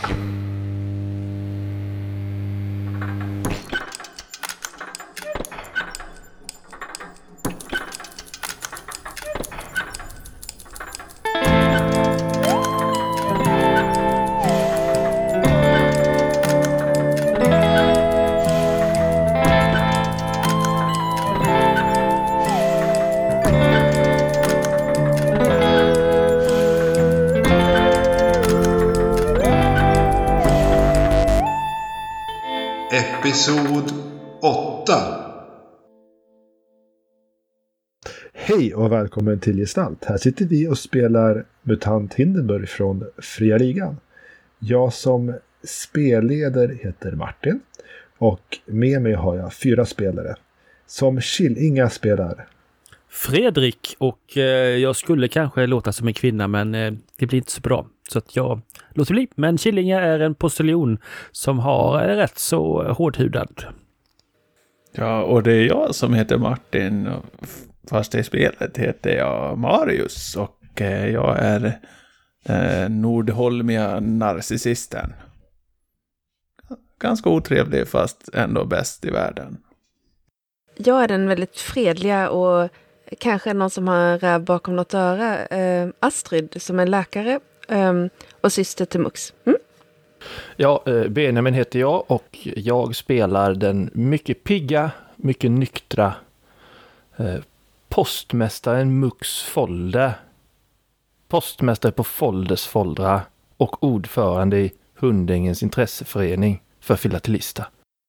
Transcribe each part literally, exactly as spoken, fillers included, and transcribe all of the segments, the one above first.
Episod åtta. Hej och välkommen till Gestalt. Här sitter vi och spelar MUTANT Hindenburg från Fria Ligan. Jag som spelleder heter Martin och med mig har jag fyra spelare. Som Killinga spelar Fredrik, och eh, jag skulle kanske låta som en kvinna, men eh, det blir inte så bra. Så att jag låter bli. Men Killinga är en postiljon som har är rätt så hårdhudad. Ja, och det är jag som heter Martin. Fast i spelet heter jag Marius. Och eh, jag är eh, Nordholmiga narcissisten. Ganska otrevlig fast ändå bäst i världen. Jag är den väldigt fredliga och kanske någon som har en räv bakom något öra. Eh, Astrid som är läkare eh, och syster till Mux. Mm? Ja, eh, Benjamin heter jag och jag spelar den mycket pigga, mycket nyktra eh, postmästaren Mux Folde. Postmästare på Foldes Foldra och ordförande i Hundingens intresseförening för filatelister.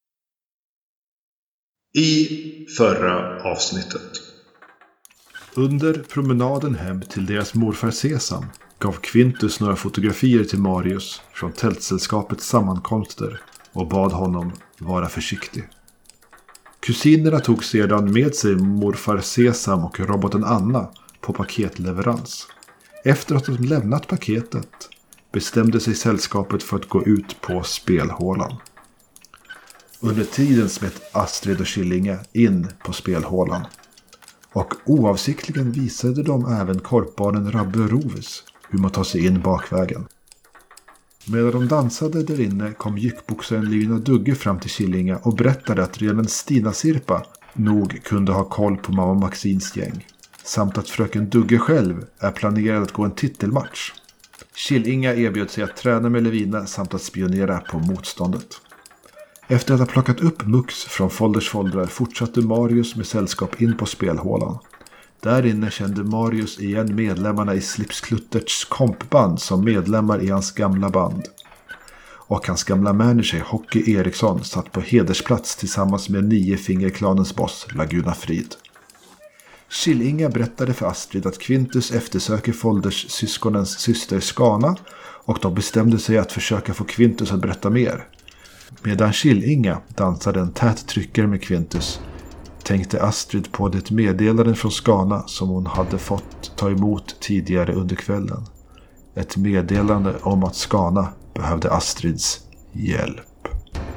I förra avsnittet. Under promenaden hem till deras morfar Sesam gav Quintus några fotografier till Marius från tältsällskapets sammankomster och bad honom vara försiktig. Kusinerna tog sedan med sig morfar Sesam och roboten Anna på paketleverans. Efter att de lämnat paketet bestämde sig sällskapet för att gå ut på spelhålan. Under tiden smet Astrid och Killinga in på spelhålan. Och oavsiktligen visade de även korpbarnen Rabbe och Rovis hur man tar sig in bakvägen. Medan de dansade där inne kom jyckboxaren Lina Dugge fram till Killinga och berättade att redan Stina Sirpa nog kunde ha koll på mamma Maxins gäng. Samt att fröken Dugge själv är planerad att gå en titelmatch. Killinga erbjöd sig att träna med Levina samt att spionera på motståndet. Efter att ha plockat upp Mux från Folders foldrar fortsatte Marius med sällskap in på spelhålan. Där inne kände Marius igen medlemmarna i Slipsklutterts kompband som medlemmar i hans gamla band. Och hans gamla manager Hockey Eriksson satt på hedersplats tillsammans med Niofingerklanens boss Laguna Frid. Killinga berättade för Astrid att Quintus eftersöker Folders syskonens syster Skana och de bestämde sig att försöka få Quintus att berätta mer. Medan Killinga dansade en tät tryckare med Quintus tänkte Astrid på det meddelande från Skana som hon hade fått ta emot tidigare under kvällen. Ett meddelande om att Skana behövde Astrids hjälp.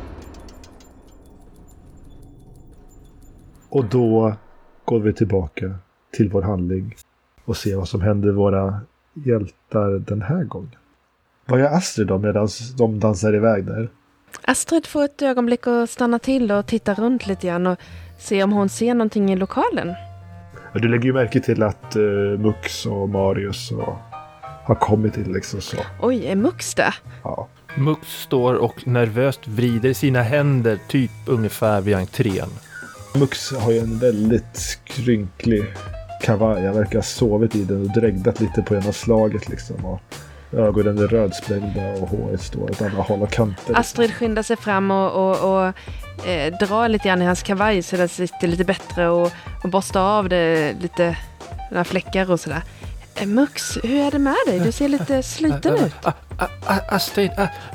Och då går vi tillbaka till vår handling och ser vad som händer våra hjältar den här gången. Vad gör Astrid då medan de dansar iväg där? Astrid får ett ögonblick att stanna till och titta runt lite grann och se om hon ser någonting i lokalen. Du lägger ju märke till att uh, Mux och Marius och har kommit till liksom så. Oj, är Mux där? Ja. Mux står och nervöst vrider sina händer typ ungefär vid entrén. Mux har ju en väldigt skrynklig kavaj. Jag verkar ha sovit i den och drägdat lite på ena slaget liksom. Och ögonen är rödsprängda och håret står åt alla håll och kanter. Astrid skyndar sig fram och, och, och eh, drar lite grann i hans kavaj så det sitter lite bättre och, och borstar av det lite, några fläckar och sådär. Eh, Mux, hur är det med dig? Du ser lite sliten ut. Astrid,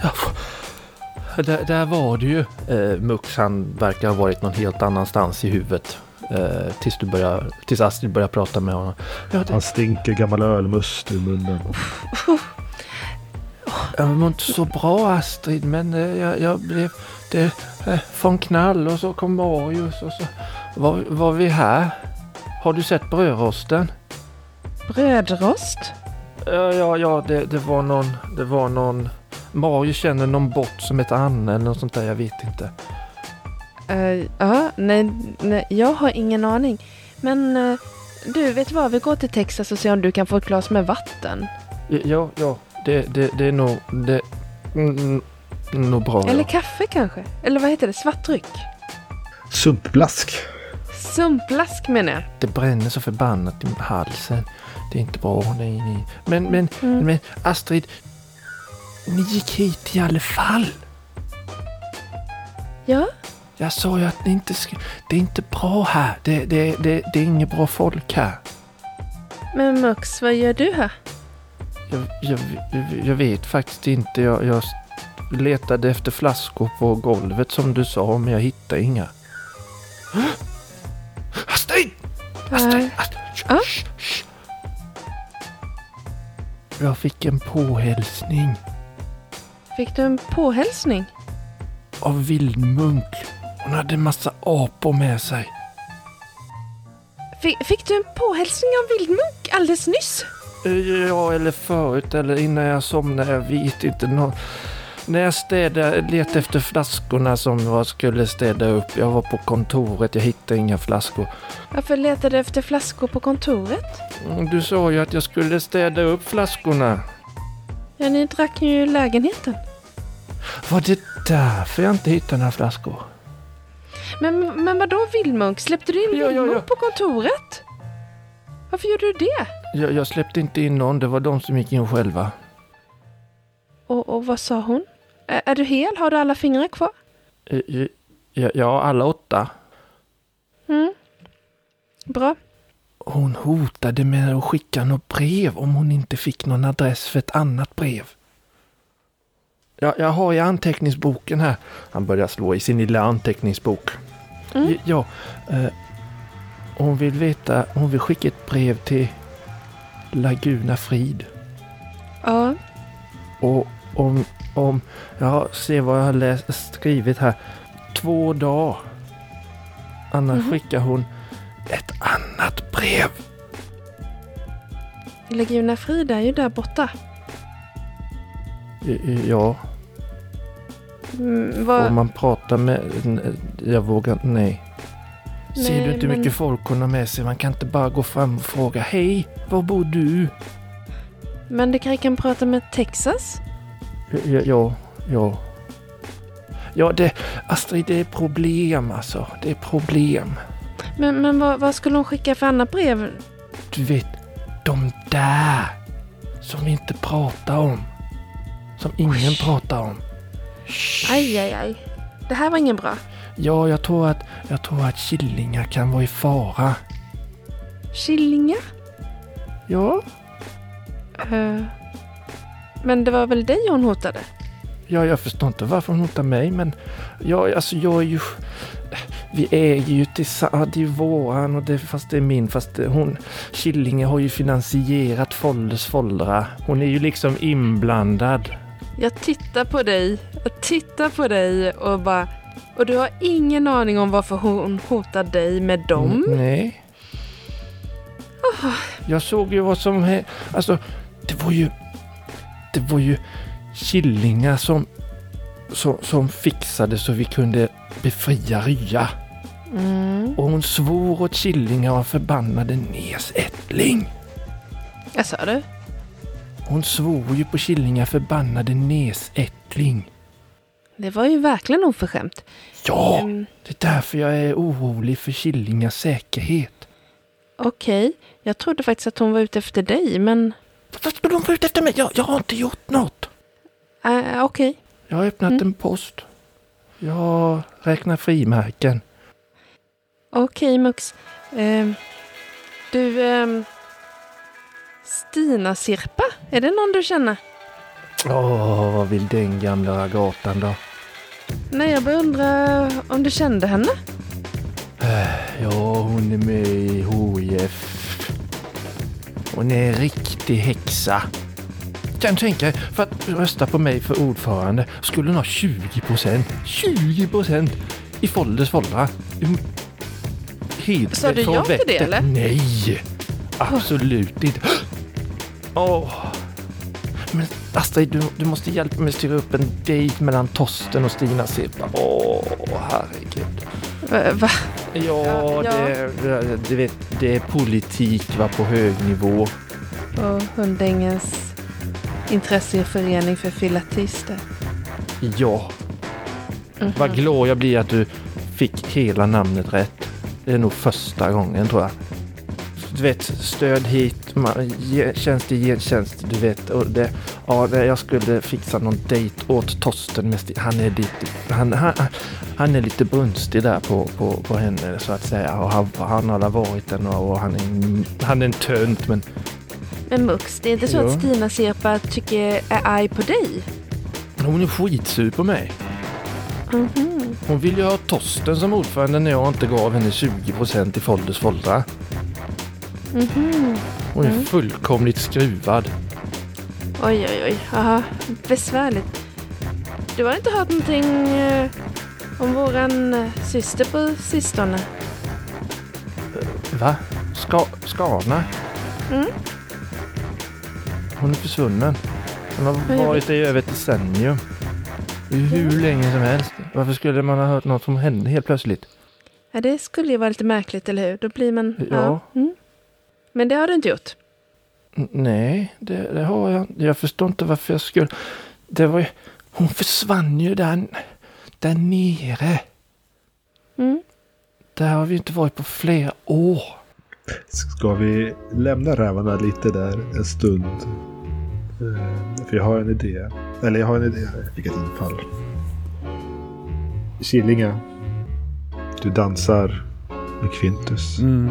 där, där var du ju. Eh, Mux, han verkar ha varit någon helt annanstans i huvudet. Eh, tills, du börjar, tills Astrid börjar prata med honom. Ja, det... Han stinker gammal ölmust ur munnen. Jag var inte så bra, Astrid, men eh, jag, jag blev det, eh, från knall och så kom Marius och så var, var vi här. Har du sett brödrosten? Brödrost? Ja, ja, ja det, det var någon, det var någon Mario känner någon bort som heter Anna eller något sånt där, jag vet inte. Uh, ja, nej, nej, jag har ingen aning. Men uh, du, vet vad? Vi går till Texas och ser om du kan få ett glas med vatten. Ja, ja, det, det, det är nog, det, mm, nog bra. Eller ja. kaffe kanske? Eller vad heter det? Svartdryck? Sumpblask. Sumpblask menar jag. Det bränner så förbannat i halsen. Det är inte bra. Nej, nej. Men, men, Mm. men Astrid, ni gick hit i alla fall. Ja, Jag sa ju att ni inte ska, det är inte bra här. Det, det, det, det är inget bra folk här. men Mux, vad gör du här? Jag, jag, jag vet faktiskt inte. Jag, jag letade efter flaskor på golvet som du sa, men jag hittade inga. Astrid! Astrid! Astrid! Ja? Shh, shh. Jag fick en påhälsning Fick du en påhälsning? av Vildmunk. Hon hade en massa apor med sig. Fick, fick du en påhälsning av Vildmunk alldeles nyss? Ja, eller förut, eller innan jag somnade, jag vet inte. Nå- när jag städade, letade efter flaskorna som jag skulle städa upp. Jag var på kontoret, jag hittade inga flaskor. Varför letade du efter flaskor på kontoret? Mm, Du sa ju att jag skulle städa upp flaskorna. Ja, ni drack ju i lägenheten. Var det därför jag inte hittade några flaskor? Men, men vadå Vildmunk? Släppte du in Ja, ja, Vildmunk ja. på kontoret? Varför gjorde du det? Jag, jag släppte inte in någon, det var de som gick in själva. Och, och vad sa hon? Är, är du hel? Har du alla fingrar kvar? Eh, eh, Ja, ja, alla åtta. Mm. Bra. Hon hotade med att skicka något brev om hon inte fick någon adress för ett annat brev. Ja, jag har i anteckningsboken här. Han börjar slå i sin lilla anteckningsbok. Mm. J- Ja, eh, hon vill veta, hon vill skicka ett brev till Laguna Frid. Ja. Och om, om jag ser vad jag har läst, skrivit här. Två dagar. Annars Mhm. skickar hon ett annat brev. Laguna Frida är ju där borta. Eh, Ja, Mm, om vad... man pratar med... Jag vågar nej. Ser Nej, du inte men- mycket folk hon har med sig? Man kan inte bara gå fram och fråga. Hej, var bor du? Men du kanske kan prata med Texas? Ja, ja, ja. Ja, det, Astrid, det är problem alltså. Det är problem. Men, men vad, vad skulle hon skicka för annat brev? Du vet, de där som vi inte pratar om. Som ingen Oj. pratar om. Aj, aj, aj. Det här var ingen bra. Ja, jag tror att, jag tror att killingar kan vara i fara. Killingar? Ja, Uh, men det var väl dig hon hotade? ja, jag förstår inte varför hon hotar mig, men ja, alltså jag är ju... Vi äger ju tillsammans, det är ju våran och det, fast det är min, fast det, hon... Killinge har ju finansierat Folders Foldra. Hon är ju liksom inblandad. Jag tittar på dig. Jag tittar på dig och bara... Och du har ingen aning om varför hon hotar dig med dem? Mm, nej. Jag såg ju vad som... hä- Alltså, det var ju... Det var ju killingar som, som, som fixade så vi kunde befria Rya. Mm. Och hon svor åt killingar och förbannade nesättling. Jag sa du? Hon svor ju på killingar förbannade nesättling. Det var ju verkligen oförskämt. Ja, Mm, det är därför jag är orolig för killingars säkerhet. Okej, jag trodde faktiskt att hon var ute efter dig, men... Vad ska de vara ute efter mig? Jag, jag har inte gjort något. Uh, Okej. Jag har öppnat Mm. en post. Jag räknar frimärken. Okej, Mux. Ehm, du... ehm, Stina Sirpa, är det någon du känner? Åh, vad vill den gamla ragatan då? Nej, jag bara undrar om du kände henne? Ja, hon är med i H I F. Hon är en riktig häxa. Kan tänka dig, för att rösta på mig för ordförande skulle hon ha tjugo procent. tjugo procent i Folders Foldra. Helt Sa du ja till det, eller? Nej, absolut inte. Åh. men Astrid, du, du måste hjälpa mig att styra upp en dejt mellan Torsten och Stina Sirpa. Åh, herregud. Va? va? Ja, Ja, ja. Det, det, du vet, det är politik va, på hög nivå. Och Hundängens intresseförening för filatister. Ja, Mhm. vad glad jag blir att du fick hela namnet rätt. Det är nog första gången tror jag. Du vet, stöd hit, man, ge, tjänst i gentjänst, du vet. Och det, ja, det, jag skulle fixa någon dejt åt Torsten. Med Sti- han, är lite, han, han, han är lite brunstig där på, på, på henne så att säga. Och han, han har varit den och, och han, är en, han är en tönt men... Men Mux, det är inte så Ja. att Stina Sirpa tycker är arg på dig? Hon är skitsur på mig. Mhm. Hon vill ju ha Torsten som ordförande när jag inte gav henne tjugo procent i Folders foldra. Mhm. Hon är Mm. fullkomligt skruvad. Oj, oj, oj. Aha, besvärligt. Du har inte hört någonting eh, om våran eh, syster på sistone? Va? Ska, Skana? Mm. Hon är försvunnen. Hon har jag varit i över ett decennium. Hur länge som helst. Varför skulle man ha hört något som hände helt plötsligt? Ja, det skulle ju vara lite märkligt, eller hur? Då blir man... Ja. Mm. Men det har du inte gjort. N- nej, det, det har jag inte. Jag förstår inte varför jag skulle... Det var ju... Hon försvann ju där, där nere. Mm. Där har vi inte varit på flera år. Ska vi lämna rävarna lite där en stund? Eh, För jag har en idé. Eller jag har en idé här. Jag fick ett infall. Killinga. Du dansar med Quintus. Mm.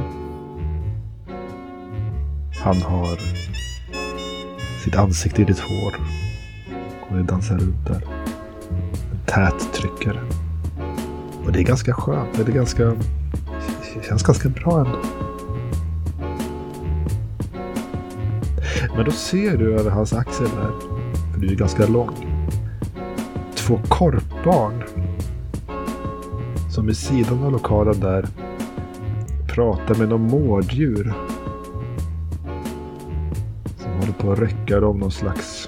Han har sitt ansikte i ditt hår. Och du dansar runt där. En tät tryckare. Och det är ganska skönt. Det är ganska... Det känns ganska bra ändå. Men då ser du över hans axel där. För du är ganska lång. Två korpbarn. Som i sidan av lokalen där pratar med någon mårddjur. Som håller på att räcka dem någon slags...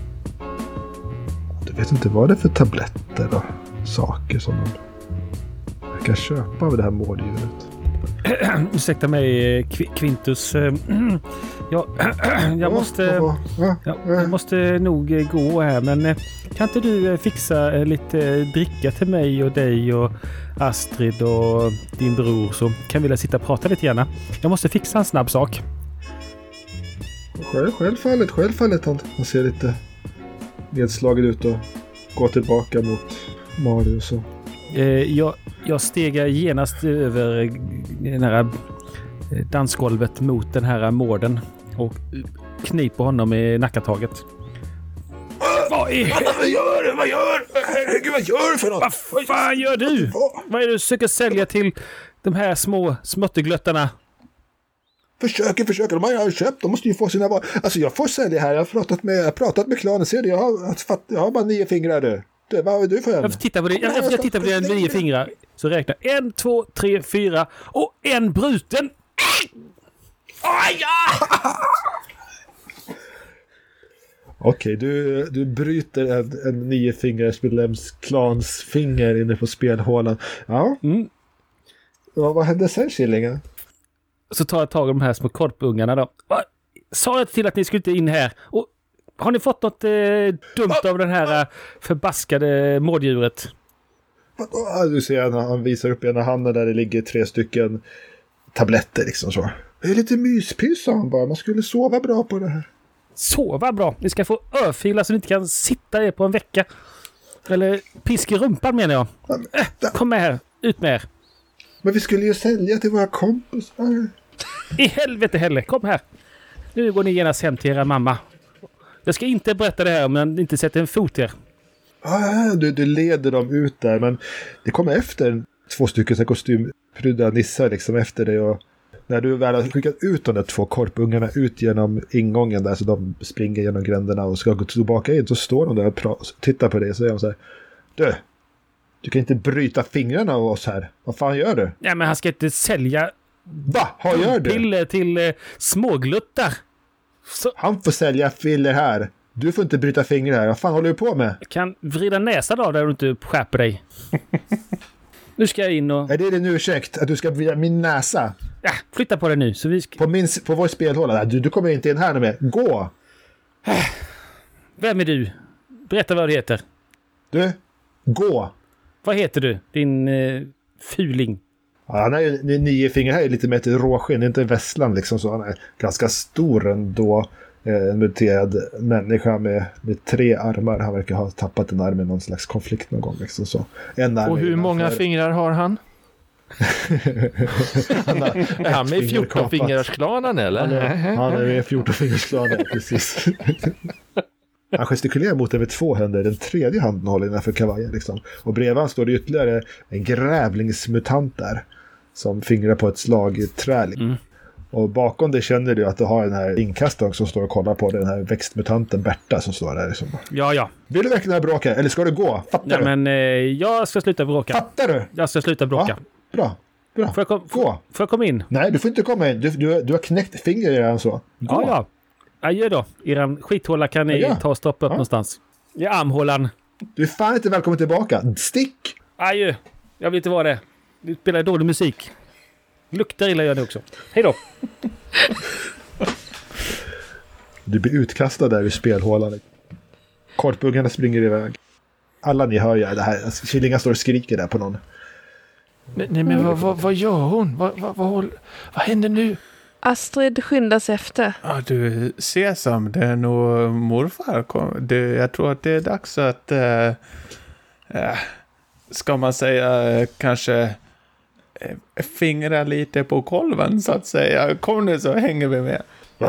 Du vet inte vad det är för tabletter och saker som de verkar köpa av det här mårddjuret. Ursäkta mig, Qu- Quintus. Eh, Jag, jag, måste, Ja, ja, ja, ja. jag måste nog eh, gå här, men eh, kan inte du eh, fixa eh, lite eh, dricka till mig och dig och Astrid och din bror, så kan vi väl sitta och prata lite gärna. Jag måste fixa en snabb sak. Själv, självfallet, självfallet. Han, han ser lite nedslagen ut och går tillbaka mot Marius. Och... Eh, jag, jag stegar genast över eh, den här eh, dansgolvet mot den här morden och kniper honom i nackataget. Vad är... Vad gör du? Vad gör du? Herregud, vad gör du för något? Vad fan gör du? Vad är det du försöker sälja till de här små smutteglöttarna? Försöker, försöker. De har ju köpt. De måste ju få sina varor. Alltså jag får sälja här. Jag har pratat med, jag har pratat med klanen. Ser du? Jag har, jag har bara nio fingrar du. du vad har du för en? Jag får titta på det. Jag, jag, jag tittar på dina nio fingrar. Så räkna. En, två, tre, fyra och en bruten. Aj, ja! Okej, du, du bryter en, en niofingars klans finger inne på spelhålan. Ja. Mm. ja vad hände sen, Killingen? Så tar jag tag i de här små korpungarna då. Va? Sa jag till att ni skulle inte in här? Och har ni fått något eh, dumt av den här eh, förbaskade mårddjuret? Ja, du ser att han visar upp ena handen där det ligger tre stycken tabletter liksom så. Det är lite myspys, sa han bara. Man skulle sova bra på det här. Sova bra. Ni ska få örfila så ni inte kan sitta där på en vecka. Eller pisk i rumpan menar jag. Äh, kom med här. Ut med er. Men vi skulle ju sälja till våra kompisar. I helvete heller. Kom här. Nu går ni genast hem till era mamma. Jag ska inte berätta det här om jag inte sätter en fot er. Ah, du, du leder dem ut där, men det kommer efter två stycken så kostymprydda nissar liksom efter dig, och när du väl har skickat ut de där två korpungarna ut genom ingången där så de springer genom gränderna och ska gå tillbaka in, så står de där och pra- tittar på dig och säger så här: Du, du kan inte bryta fingrarna av oss här. Vad fan gör du? Nej, men han ska inte sälja Va? Vad gör du? piller till eh, smågluttar. Så, Han får sälja filler här. Du får inte bryta fingrar här. Vad fan håller du på med? Jag kan vrida näsan av där du inte skärper dig. Nu ska jag in och... Är det din ursäkt att du ska vrida min näsa? Ja, flytta på det nu. Så vi ska... På, min, på vår spelhåla. Du, du kommer inte in här nu med. Gå! Vem är du? Berätta vad du heter. Du, gå! Vad heter du? Din eh, fuling. Ja, han är ju nio fingrar här är lite mer ett råskinn. Det är inte en vässlan liksom. Så han är ganska stor ändå. En muterad människa med, med tre armar. Han verkar ha tappat en arm i någon slags konflikt någon gång. Liksom, så. En arm Och hur många fingrar har han? han har är han med i fjorton-fingersklanen eller? Han är, han är med i fjorton-fingersklanen, precis. Han gestikulerar mot den med två händer. Den tredje handen håller innanför kavajen. Liksom. Och bredvid han står det ytterligare en grävlingsmutant där. Som fingrar på ett slag i trä. Mm. Och bakom det känner du att du har den här inkastaren som står och kollar på den här växtmutanten Berta som står där. Liksom. Ja, ja. Vill du verkligen ha bråka? Eller ska du gå? Fattar Nej, du? men eh, jag ska sluta bråka. Fattar du? Jag ska sluta bråka. Ja, bra. Bra. Får jag, kom, gå. Får jag komma in? Nej, du får inte komma in. Du, du, du har knäckt finger redan så. Gå. Ja, ja. Adjö då. Eran skithåla kan ni ja. ta och stoppa upp ja. någonstans. I armhålan. Du är fan inte välkommen tillbaka. Stick! Adjö. Jag vill inte vara det. Du spelar dålig musik. Luktar illa gör det också. Hej då. Du blir utkastad där i spelhålan. Korpbuggarna springer iväg. Alla ni hör ju det här. Alltså, Killinga står och skriker där på någon. Nej, nej men vad, vad, vad gör hon? Vad, vad, vad, håll... vad händer nu? Astrid skyndar sig efter. Ja, du, Sesam, det är nog morfar. Det, jag tror att det är dags att... Äh, äh, ska man säga kanske... fingra lite på kolven så att säga. Kom nu så hänger vi med.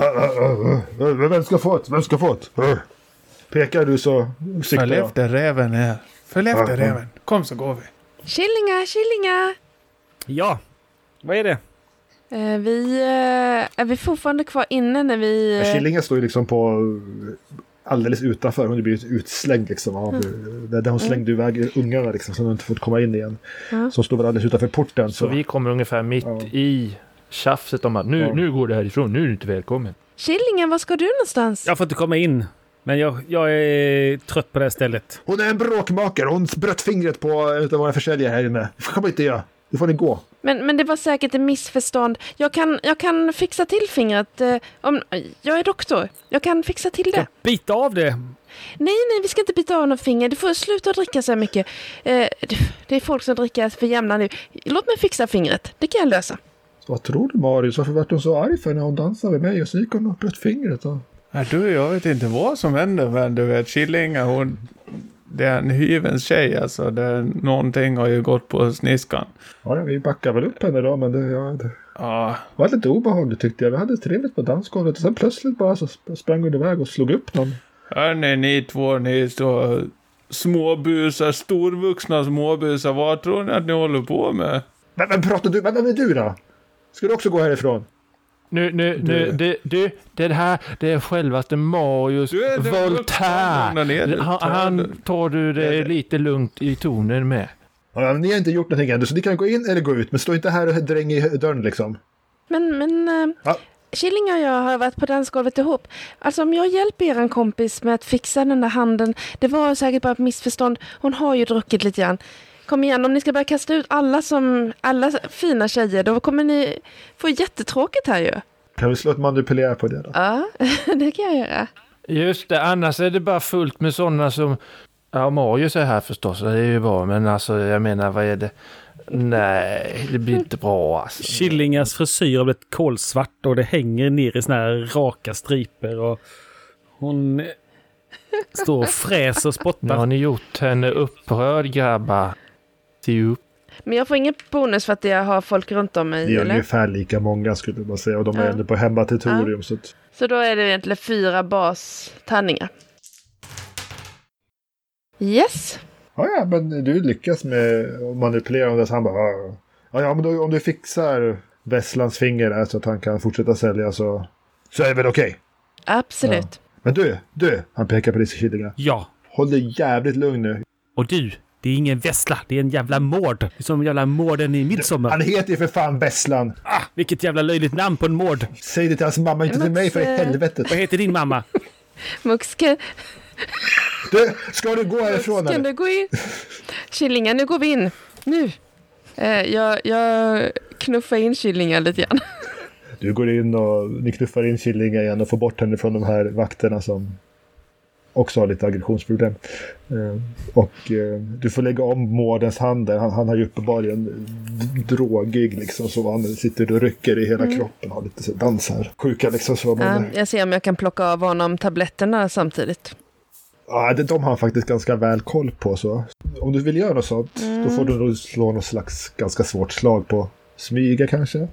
Vem ska få det? Vem ska få det? Pekar du så Följ efter räven här. Följ efter räven. Kom så går vi. Killinga, killinga. Ja, vad är det? Eh, vi eh, är vi fortfarande kvar inne när vi... Eh... Killinga står ju liksom på alldeles utanför. Hon har blivit utslängd liksom av mm. där hon slängde mm. iväg ungarna liksom, så hon inte fått komma in igen. Mm. Så står väl alldeles utanför porten. Så, så vi kommer ungefär mitt ja. i tjafset om att nu, ja. nu går det härifrån, nu är du inte välkommen. Killingen, var ska du någonstans? Jag får inte komma in. Men jag, jag är trött på det här stället. Hon är en bråkmakare. Hon bröt fingret på utav våra försäljare här inne. Det får inte göra. Nu får ni gå. Men, men det var säkert ett missförstånd. Jag kan, jag kan fixa till fingret. Eh, om, jag är doktor. Jag kan fixa till det. Jag bita av det. Nej, nej, vi ska inte bita av någon finger. Du får sluta att dricka så här mycket. Eh, det är folk som dricker för jämna nu. Låt mig fixa fingret. Det kan jag lösa. Så vad tror du, Marius? Varför var hon så arg för när hon dansade med mig och så gick hon och bröt fingret? Och... Ja, du, jag vet inte vad som hände, men du vet, Killinga, hon... Det är en hyvens tjej, alltså. Det är, någonting har ju gått på sniskan. Ja, vi backar väl upp henne då, men det, ja, det ja. var lite obehagligt tyckte jag. Vi hade trevligt på dansgolvet och sen plötsligt bara så sprang hon iväg och slog upp någon. Hörni, ni två, ni så småbusar, storvuxna småbusar. Vad tror ni att ni håller på med? Men, men pratar du, men vem är du då? Ska du också gå härifrån? Nu, nu, nu, det, det, det här, det är självaste Marius du är, du Voltaire. Han, han tar du det lite lugnt i tonen med. Ja, ni har inte gjort någonting ännu, så ni kan gå in eller gå ut. Men stå inte här och dräng i dörren liksom. Men, men... Äh, ja. Killinga och jag har varit på dansgolvet ihop. Alltså om jag hjälper er en kompis med att fixa den där handen. Det var säkert bara ett missförstånd. Hon har ju druckit lite grann. Kom igen, om ni ska börja kasta ut alla som alla fina tjejer, då kommer ni få jättetråkigt här ju. Kan vi slå ett manipulera på det då? Ja, det kan jag göra. Just det, annars är det bara fullt med sådana som... Ja, Marius är här förstås, det är ju bra, men alltså jag menar, vad är det? Nej, det blir inte bra alltså. Killingars frisyr har blivit kolsvart och det hänger ner i såna här raka striper och hon står och fräser och spottar. Nu har ni gjort henne upprörd, grabbar. Se upp. Men jag får ingen bonus för att jag har folk runt om mig, det är eller? Ungefär lika många skulle man säga, och de är ja. ändå på hemmaterritorium. Ja. Så, att... så då är det egentligen fyra bastärningar. Yes. Ja, ja, men du lyckas med att manipulera det. Han bara, ja, ja men då, om du fixar Vesslans finger där så att han kan fortsätta sälja så, så är det väl okej? Okay. Absolut. Ja. Men du, du, han pekar på Lise Killinga. Ja. Håll dig jävligt lugn nu. Och du, det är ingen Vessla, det är en jävla mord. Det är som jävla morden i Midsommar. Han heter ju för fan Vesslan. Ah, vilket jävla löjligt namn på en mord. Säg det till hans mamma, inte till mig för i helvetet. Vad heter din mamma? Mux, kan, Du, ska du gå härifrån kan eller? du gå in? Killingar, nu går vi in. Nu. Eh, jag, jag knuffar in Killingar lite grann. Du går in och ni knuffar in Killingar igen och får bort henne från de här vakterna som också har lite aggressionsproblem. Eh, och eh, du får lägga om Mårdens hand där. Han, han har ju uppenbarligen drogig liksom, så han sitter och rycker i hela mm. kroppen. Har lite så dansar. Sjuka liksom så. Men, ja, jag ser om jag kan plocka av honom tabletterna samtidigt. Ja, det, de har han faktiskt ganska väl koll på. Så. Om du vill göra något sånt, mm. då får du nog slå något slags ganska svårt slag på smyga kanske.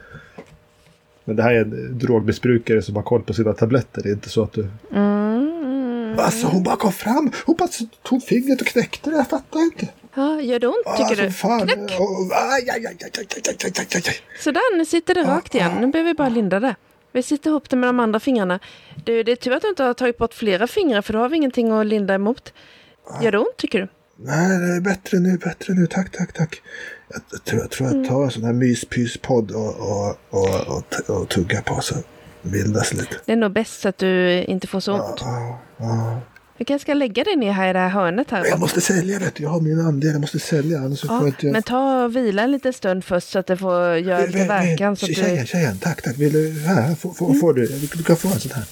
Men det här är en drogmissbrukare som har koll på sina tabletter. Det är inte så att du... Mm. Alltså hon bara kom fram. Hon bara tog fingret och knäckte det. Jag fattar inte. Ja, gör det ont tycker alltså, du? Fan. Knäck! Oh, aj, aj, aj, aj, aj, aj, aj, aj. Sådär, nu sitter det rakt igen. Nu behöver vi bara linda det. Vi sitter ihop det med de andra fingrarna. Du, det är tur att du inte har tagit bort flera fingrar, för då har vi ingenting att linda emot. Gör det ont tycker du? Nej, det är bättre nu, bättre nu. Tack, tack, tack. Jag tror jag, tror jag tar en sån här myspyspodd och, och, och, och, och tugga på så vildas lite. Det är nog bäst att du inte får så ont. Ja, ja. Vi kanske ska lägga dig ner här i det här hörnet här. Jag måste sälja det. Jag har min andel. Jag måste sälja. Annars ja, får jag... Men ta och vila en liten stund först så att det får göra lite verkan. Så tjejen, du... tjejen, tack, tack. Vill du, här, får, får, mm. får du. Du kan få en sån här.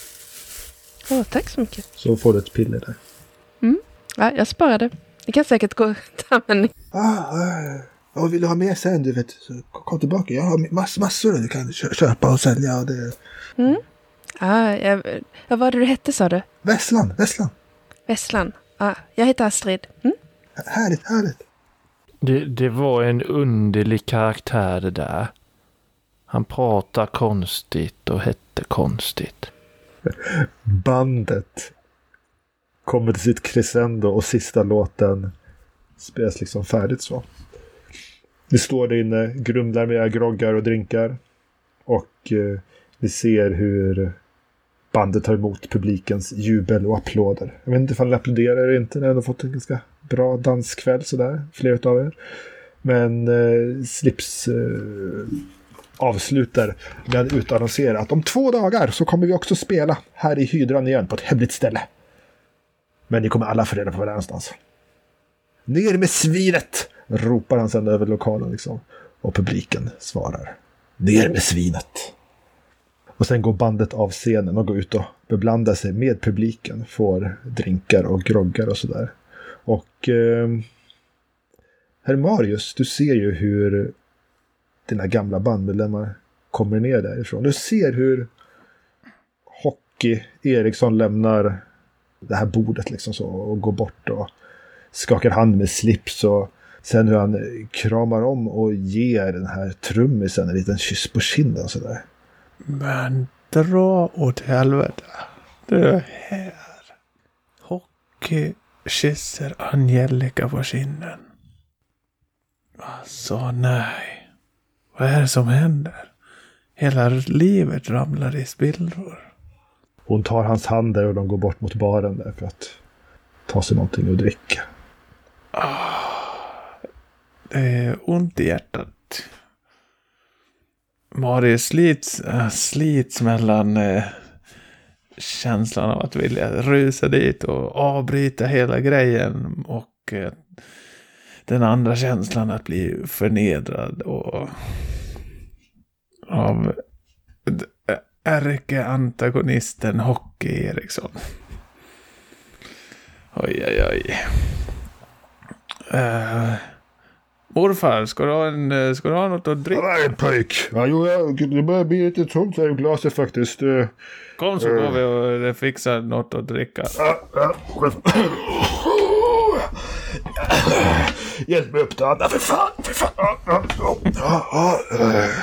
Åh, tack så mycket. Så får du ett piller där. Mm. Ja, jag sparade. Det kan säkert gå till användning. Ah, ah, vill du ha mer sen, du vet. Så kom tillbaka. Jag har mass, massor du kan köpa och sälja. Och det... Mm. Ah, jag, jag, vad var det du hette, sa du? Vesslan, Vesslan. Vesslan. Ah, jag heter Astrid. Mm? Härligt, härligt. Det, det var en underlig karaktär det där. Han pratade konstigt och hette konstigt. Bandet kommer till sitt crescendo och sista låten spelas liksom färdigt så. Ni står där inne, grumlar med era groggar och drinkar. Och eh, ni ser hur bandet tar emot publikens jubel och applåder. Jag vet inte ifall ni applåderar eller inte. Ni har fått en ganska bra danskväll sådär, flera av er. Men eh, Slips eh, avslutar med att utannonsera att om två dagar så kommer vi också spela här i hydran igen på ett hemligt ställe. Men ni kommer alla få reda på var det är någonstans. Ner med svinet! Ropar han sedan över lokalen liksom. Och publiken svarar. Ner med svinet! Och sen går bandet av scenen och går ut och beblandar sig med publiken. Får drinkar och groggar och sådär. Och eh, herr Marius, du ser ju hur dina gamla bandmedlemmar kommer ner därifrån. Du ser hur Hockey Eriksson lämnar det här bordet liksom så och går bort och skakar hand med Slips och sen hur han kramar om och ger den här trummisen en liten kyss på kinden sådär. Men dra åt helvete. Du är här. Hockey kysser Angelica på kinden. Alltså nej. Vad är det som händer? Hela livet ramlar i spillror. Hon tar hans hand där och de går bort mot baren där för att ta sig någonting att dricka. Ah, det är ont i hjärtat. Marius slits, äh, slits mellan äh, känslan av att vilja rusa dit och avbryta hela grejen och äh, den andra känslan att bli förnedrad och av ärke-antagonisten Hockey Eriksson. Oj, oj, oj. Uh, morfar, ska du ha, en, ska du ha något att dricka? Nej, pojk. Ja, jo, det börjar bli lite tomt här i glaset faktiskt. Uh, Kom så uh, går vi och fixar något att dricka. Uh, uh, Hjälp mig upp där. För fan, för fan. Uh, uh, uh.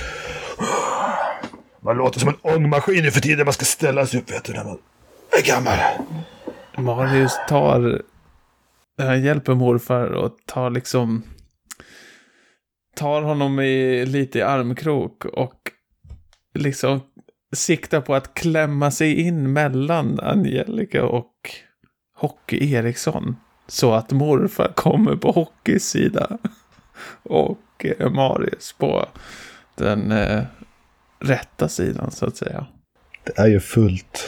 Man låter som en ångmaskin nu för tiden. Man ska ställa sig upp, vet du, när man är gammal. Marius tar... Han hjälper morfar och tar liksom... Tar honom i, lite i armkrok och liksom siktar på att klämma sig in mellan Angelica och Hockey Eriksson. Så att morfar kommer på Hockeys sida och eh, Marius på den... Eh, rätta sidan så att säga. Det är ju fullt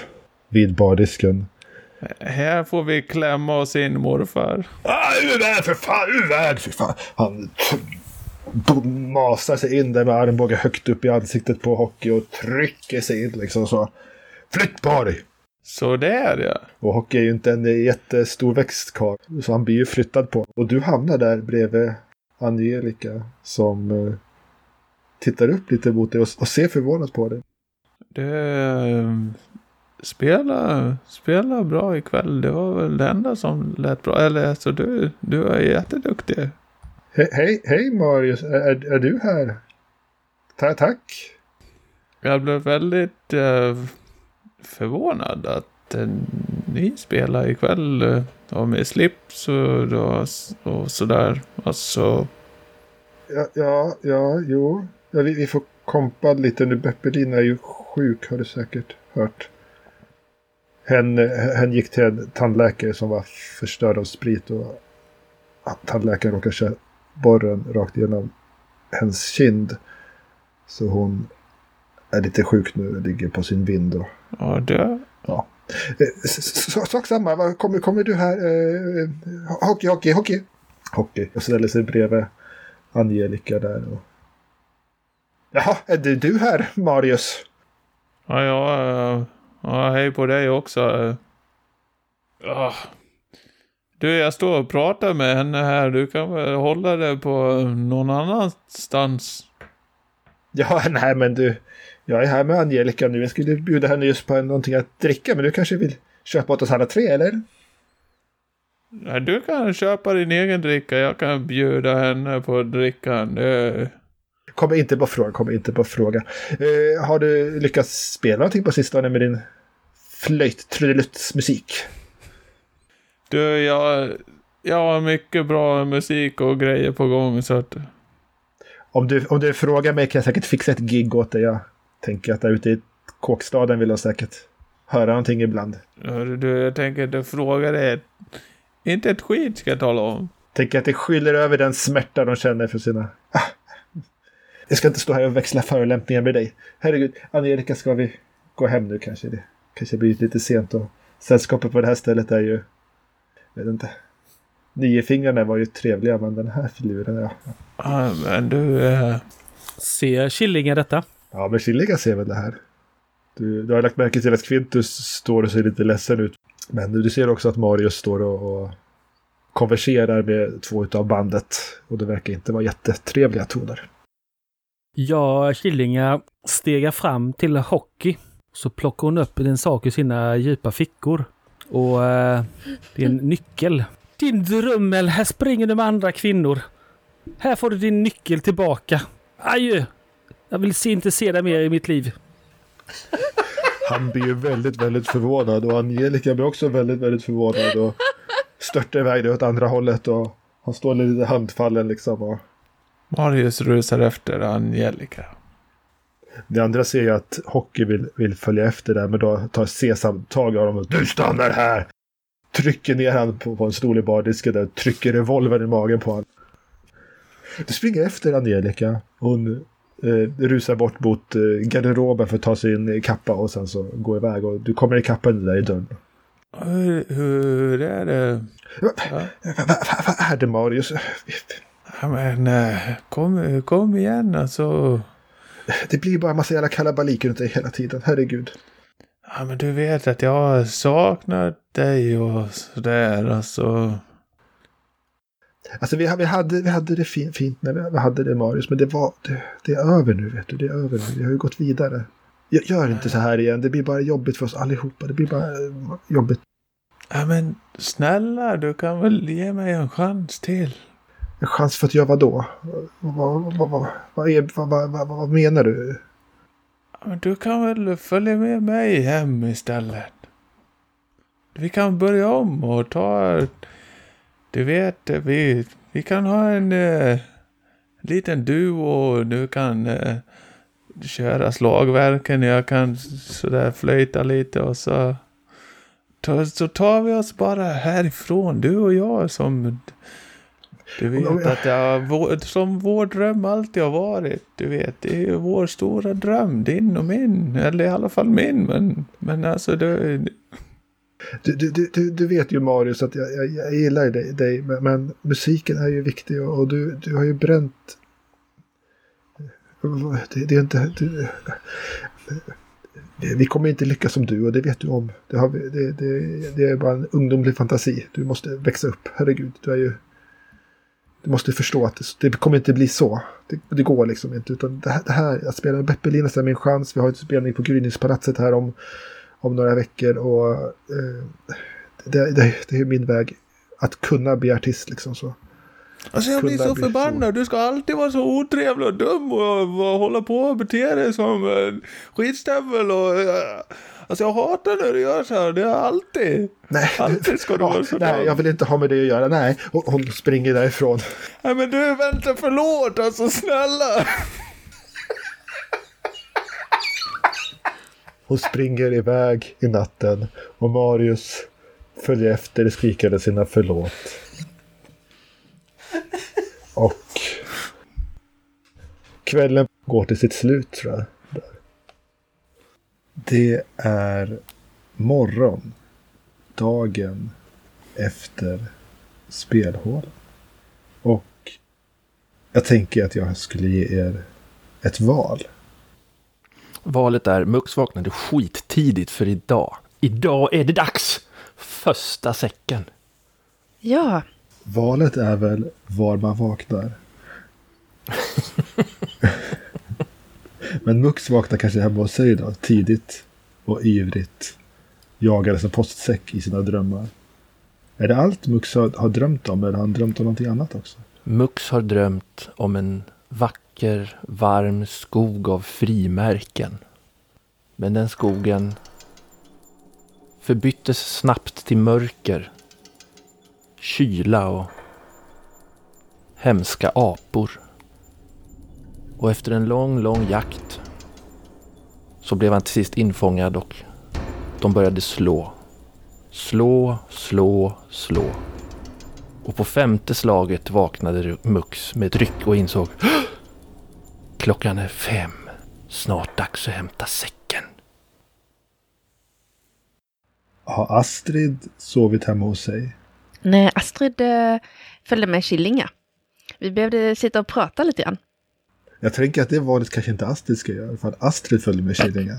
vid bardisken. Här får vi klämma oss in, morfar. Ah, uvärd för fan, uvärd för fan. Han t- masar sig in där med armbågen högt upp i ansiktet på Hockey och trycker sig in liksom så. Flytt på dig! Så där, ja. Och Hockey är ju inte en jättestor växtkarl, så han blir ju flyttad på. Och du hamnar där bredvid Angelica som uh, tittar upp lite mot dig och, och ser förvånat på dig. Det spela, spela bra ikväll. Det var väl det enda som lät bra. Eller så du, du är jätteduktig. He- hej, hej Marius, är, är du här? Ta- tack. Jag blev väldigt uh, förvånad att uh, ni spelar ikväll uh, och med slips och, och, och sådär. Alltså... Ja, ja, ja jo. Ja, vi, vi får kompa lite nu. Beppelin är ju sjuk, har du säkert hört. Hen, hen gick till en tandläkare som var förstörd av sprit och tandläkaren råkade köra borren rakt igenom hennes kind. Så hon är lite sjuk nu och ligger på sin vind. Och, ja, det... Ja. Sak samma, kommer, kommer du här? Eh, hockey, hockey, hockey. Hockey. Och ställer sig bredvid Angelica där. Och... Jaha, är det du här, Marius? Ja, ja, ja, hej på dig också. Ja. Du, jag står och pratar med henne här. Du kan väl hålla det på någon annanstans? Ja, nej men du, jag är här med Angelica nu. Jag skulle bjuda henne just på någonting att dricka, men du kanske vill köpa åt oss alla tre, eller? Nej, du kan köpa din egen dricka. Jag kan bjuda henne på drickan. Det... Kommer inte på fråga, kommer inte på fråga. Eh, har du lyckats spela någonting på sistone med din flöjt-trudelutts-musik? Du, jag, jag har mycket bra musik och grejer på gång, så att... Om du, om du frågar mig kan jag säkert fixa ett gig åt dig. Jag tänker att där ute i kåkstaden vill jag säkert höra någonting ibland. Du, jag tänker att jag frågar dig. Inte ett skit ska jag tala om. Tänker att det skyller över den smärta de känner för sina... Ah. Jag ska inte stå här och växla förolämpningar med dig. Herregud, Angelica, ska vi gå hem nu kanske? Det kanske blir lite sent och sällskapet på det här stället är ju... Jag vet inte. Niofingrarna var ju trevliga, men den här filuren, ja. Ja, men du... Äh... Ser Killinga detta? Ja, men Killinga ser väl det här. Du, du har lagt märke till att Quintus står och ser lite ledsen ut. Men du ser också att Marius står och, och konverserar med två utav bandet. Och det verkar inte vara jättetrevliga toner. Ja, Killinga stegar fram till Hockey. Så plockar hon upp en sak i sina djupa fickor. Och äh, det är en nyckel. Din drömmel, här springer du med andra kvinnor. Här får du din nyckel tillbaka. Adjö! Jag vill se, inte se dig mer i mitt liv. Han blir ju väldigt, väldigt förvånad. Och Angelica blir också väldigt, väldigt förvånad. Och störtar iväg det åt andra hållet. Och han står lite handfallen liksom. Och... Marius rusar efter Angelica. Det andra ser ju att Hockey vill, vill följa efter där. Men då tar Sesam tag av dem och du stannar här! Trycker ner han på, på en stol i bardisken där. Trycker revolvern i magen på han. Du springer efter Angelica. Hon eh, rusar bort mot eh, garderoben för att ta sin kappa. Och sen så går iväg. Och du kommer i kappan där i dörren. Hur, hur är det? Vad va, va, va är det, Marius? Ja, men kom, kom igen alltså. Det blir bara en massa jävla kalabalik runt dig hela tiden. Herregud. Ja, men du vet att jag har saknat dig och sådär alltså. Alltså vi, vi, hade, vi hade det fint, fint när vi, vi hade det, Marius. Men det var det, det är över nu, vet du. Det är över nu. Vi har ju gått vidare. Gör inte så här igen. Det blir bara jobbigt för oss allihopa. Det blir bara jobbigt. Ja, men snälla, du kan väl ge mig en chans till. En chans för att göra vad då? Vad, vad, vad, vad, är, vad, vad, vad, vad menar du? Ja, men du kan väl följa med mig hem istället. Vi kan börja om och ta... Du vet, vi, vi kan ha en eh, liten duo och du kan eh, köra slagverken. Jag kan sådär flöjta lite och så... Så tar vi oss bara härifrån, du och jag som... Du vet att jag, som vår dröm alltid har varit, du vet, det är ju vår stora dröm, din och min, eller i alla fall min, men, men alltså det... Du, du, du, du vet ju Marius att jag, jag, jag gillar dig, dig men, men musiken är ju viktig och, och du, du har ju bränt det, det är inte du, vi kommer inte lyckas som du och det vet du om. Det, har vi, det, det, det är bara en ungdomlig fantasi. Du måste växa upp. Herregud, du är ju du måste förstå att det, det kommer inte bli så. Det, det går liksom inte. Utan det här, det här att spela Beppe Linus är min chans. Vi har ett spelning på Gryningspalatset här om, om några veckor och eh, det, det, det är min väg att kunna bli artist liksom så. Alltså jag blir så förbannad. Du ska alltid vara så otrevlig och dum och, och hålla på och bete dig som en skitstövel och uh, alltså jag hatar när du gör så här. Det är alltid. Nej, alltid ska du ja, vara så nej dum. Jag vill inte ha med det att göra. Nej, och hon springer därifrån. Nej men du, vänta, förlåt, alltså snälla. Hon springer iväg i natten och Marius följer efter skrikande sina förlåt. Och kvällen går till sitt slut tror jag. Det är morgon. Dagen efter spelhålen. Och jag tänker att jag skulle ge er ett val. Valet är Mux vaknade skittidigt för idag. Idag är det dags. Första säcken. Ja. Valet är väl var man vaknar. Men Mux vaknar kanske hemma hos sig då, tidigt och ivrigt. Jagade som postsäck i sina drömmar. Är det allt Mux har, har drömt om eller har han drömt om någonting annat också? Mux har drömt om en vacker, varm skog av frimärken. Men den skogen förbyttes snabbt till mörker, kyla och hemska apor. Och efter en lång, lång jakt så blev han till sist infångad och de började slå. Slå, slå, slå. Och på femte slaget vaknade Mux med ett ryck och insåg: klockan är fem. Snart dags att hämta säcken. Har Astrid sovit hemma hos sig? Nej, Astrid äh, följde med Killinga. Vi behövde sitta och prata lite grann. Jag tänker att det valet kanske inte Astrid ska göra. För att Astrid följer med Killinga.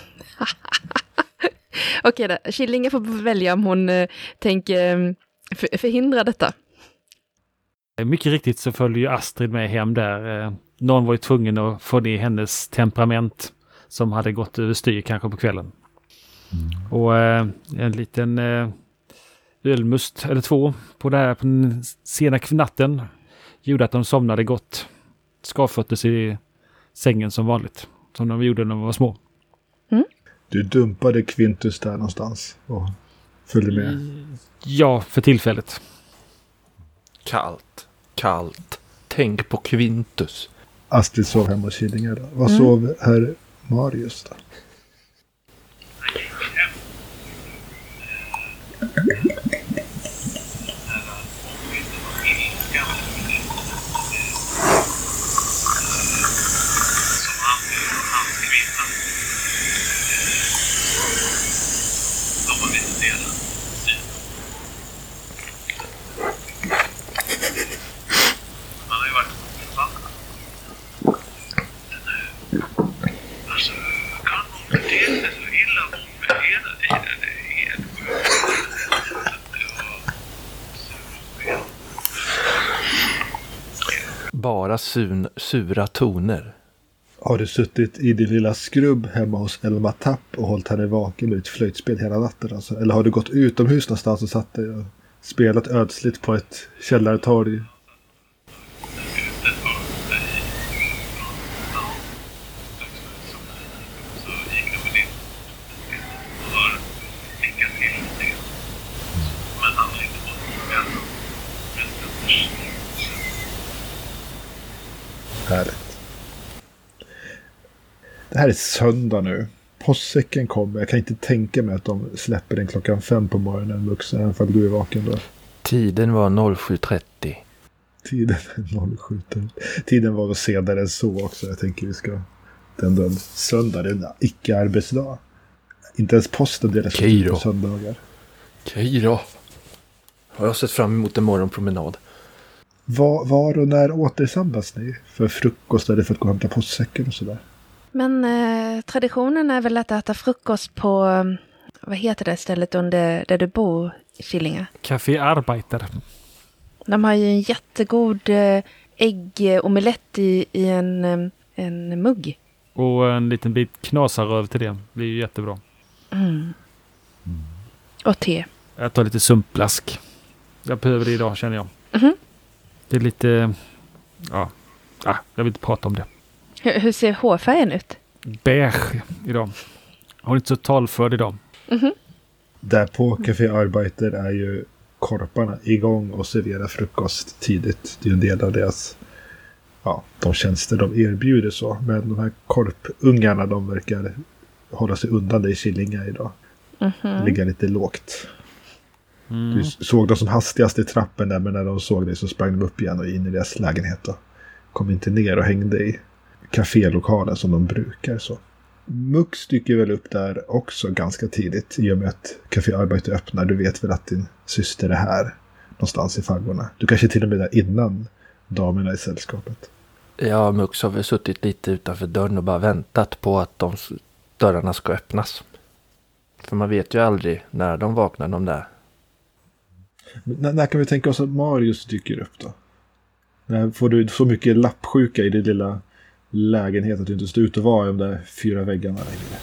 Okej då, Killinga får välja om hon äh, tänker äh, för, förhindra detta. Mycket riktigt så följer ju Astrid med hem där. Någon var ju tvungen att få ner hennes temperament som hade gått överstyr kanske på kvällen. Mm. Och eh, en liten eh, ölmust eller två på det här på den sena natten gjorde att de somnade gott. Skavföttes i sängen som vanligt. Som de gjorde när de var små. Mm. Du dumpade Quintus där någonstans och följde med. Ja, för tillfället. Kallt, kallt. Tänk på Quintus. Astrid sov hemma hos Killinga då. Vad Mm. sov herr Marius då? Bara sun, sura toner. Har du suttit i din lilla skrubb hemma hos Elma Tapp och hållit henne vaken med ett flöjtspel hela natten alltså? Eller har du gått utomhus någonstans och satt dig och spelat ödsligt på ett källartorg? Härligt. Det här är söndag nu. Postsäcken kommer. Jag kan inte tänka mig att de släpper den klockan fem på morgonen vuxen, även för att du är vaken då. Tiden var sju trettio. Tiden är noll sju. Tiden var väl senare än så också. Jag tänker vi ska... Det är ändå en söndag, det är en icke-arbetsdag. Inte ens posten delas Okej ut på då. söndagar. Okej då. Har jag sett fram emot en morgonpromenad. Var, var och när återsamlas ni? För frukost eller för att gå och hämta postsäcken och sådär? Men eh, traditionen är väl att äta frukost på, eh, vad heter det stället under där du bor, Killinga? Café Arbeiter. De har ju en jättegod eh, äggomelett i, i en, eh, en mugg. Och en liten bit knasaröv till det. Det blir ju jättebra. Mm. Och te. Jag tar lite sumpblask. Jag behöver det idag, känner jag. Mhm. Det är lite... Ja. Ah, jag vill inte prata om det. Hur, hur ser hårfärgen ut? Beige idag. Hon är inte så talförd idag. Mhm. Där på Café Arbeiter är ju korparna igång och serverar frukost tidigt. Det är ju en del av deras, ja, de tjänster de erbjuder så. Men de här korpungarna, de verkar hålla sig undan det i Killinga idag. Mhm. Ligga lite lågt. Mm. Du såg dem som hastigast i trappen där, men när de såg dig så sprang de upp igen och in i deras lägenhet och kom inte ner och hängde i kafélokalen som de brukar så. Mux dyker väl upp där också ganska tidigt i och med att Café Arbeiter öppnar. Du vet väl att din syster är här någonstans i faggorna. Du kanske till och med är där innan damerna i sällskapet. Ja, Mux har väl suttit lite utanför dörren och bara väntat på att de s- dörrarna ska öppnas. För man vet ju aldrig när de vaknar, de där. Men när, när kan vi tänka oss att Marius dyker upp då? När får du så mycket lappsjuka i din lilla lägenhet att du inte står ut och vara i de där fyra väggarna längre?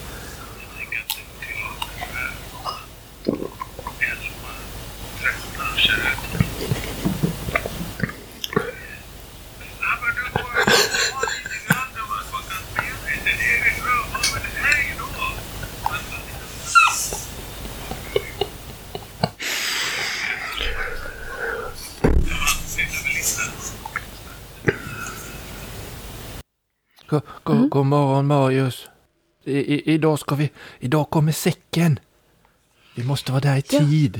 Go, go, Mm. God morgon, Marius. I, i, idag ska vi... Idag kommer säcken. Vi måste vara där i Ja. tid.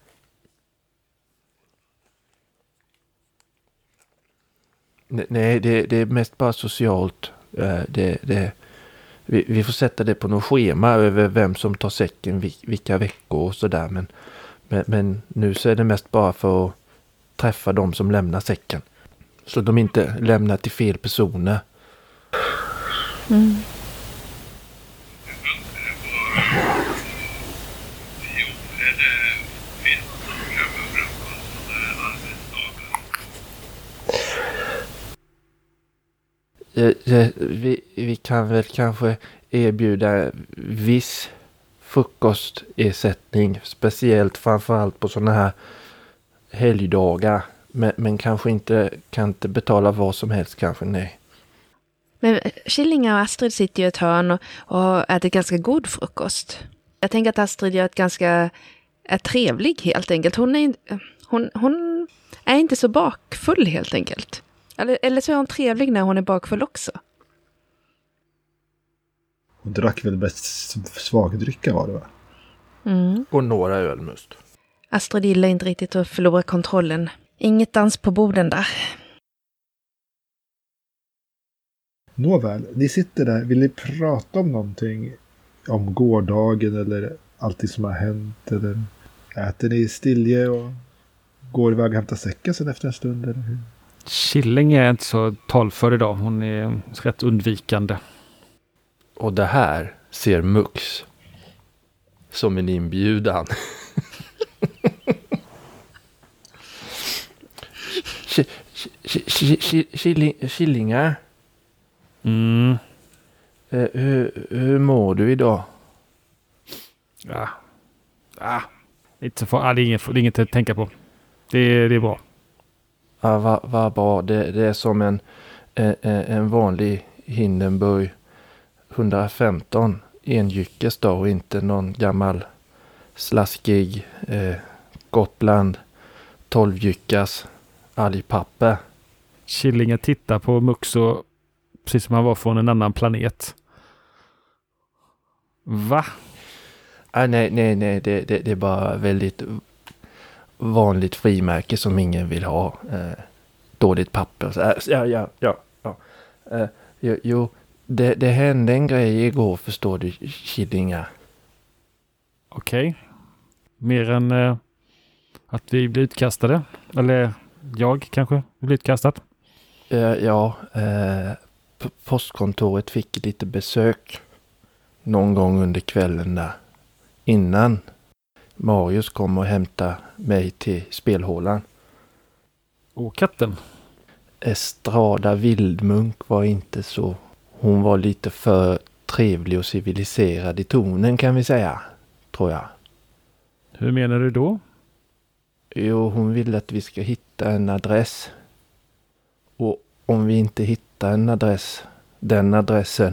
Ne- Nej, det, det är mest bara socialt. Eh, Det, det, vi, vi får sätta det på något schema över vem som tar säcken vil- vilka veckor och sådär. Men, men, men nu så är det mest bara för att träffa de som lämnar säcken. Så de inte lämnar till fel personer. Mm. Eh, eh, Vi, vi kan väl kanske erbjuda viss frukostersättning. Speciellt framförallt på sådana här helgdagar. Men, men kanske inte kan inte betala vad som helst kanske, nej. Men Killinga och Astrid sitter ju i ett hörn och, och äter ganska god frukost. Jag tänker att Astrid gör ett ganska är trevlig helt enkelt. Hon är, in- hon, hon är inte så bakfull helt enkelt. Eller, eller så är hon trevlig när hon är bakfull också. Hon drack väl bäst svagdricka var det va? Mm. Och några ölmust. Astrid gillar inte riktigt att förlora kontrollen. Inget dans på borden där. Nåväl, ni sitter där. Vill ni prata om någonting? Om gårdagen eller allting som har hänt? Eller äter ni stilje och går iväg och hämtar säcken sen efter en stund? Eller hur? Killing är inte så talför idag. Hon är rätt undvikande. Och det här ser Mux som en inbjudan. Ki- ki- ki- ki- killing- Killingar, Mm. eh, hur, hur mår du idag? Ja. Ah. Inte så far- ah, det, är inget, det är inget att tänka på. Det, är- det är bra. Ja, vad va bra. Det, det är som en, eh, eh, en vanlig Hindenburg hundrafemton enjyckes då och inte någon gammal slaskig eh, Gotland tolvjyckas algpapper. Killinge tittar på Muxo precis som han var från en annan planet. Va? Ah, nej, nej, nej. Det, det, det är bara väldigt vanligt frimärke som ingen vill ha. Eh, dåligt papper. Så, äh, ja, ja, ja. ja. Uh, jo, jo det, det hände en grej igår, förstår du, Killinga. Okej. Mer än uh, att vi blir utkastade. Eller jag kanske blir utkastad. Uh, ja, uh, p- postkontoret fick lite besök någon gång under kvällen där. Innan Marius kom och hämtade mig till spelhålan. Och katten. Estrada Vildmunk var inte så... Hon var lite för trevlig och civiliserad i tonen, kan vi säga. Tror jag. Hur menar du då? Jo, hon vill att vi ska hitta en adress. Och om vi inte hittar en adress, den adressen,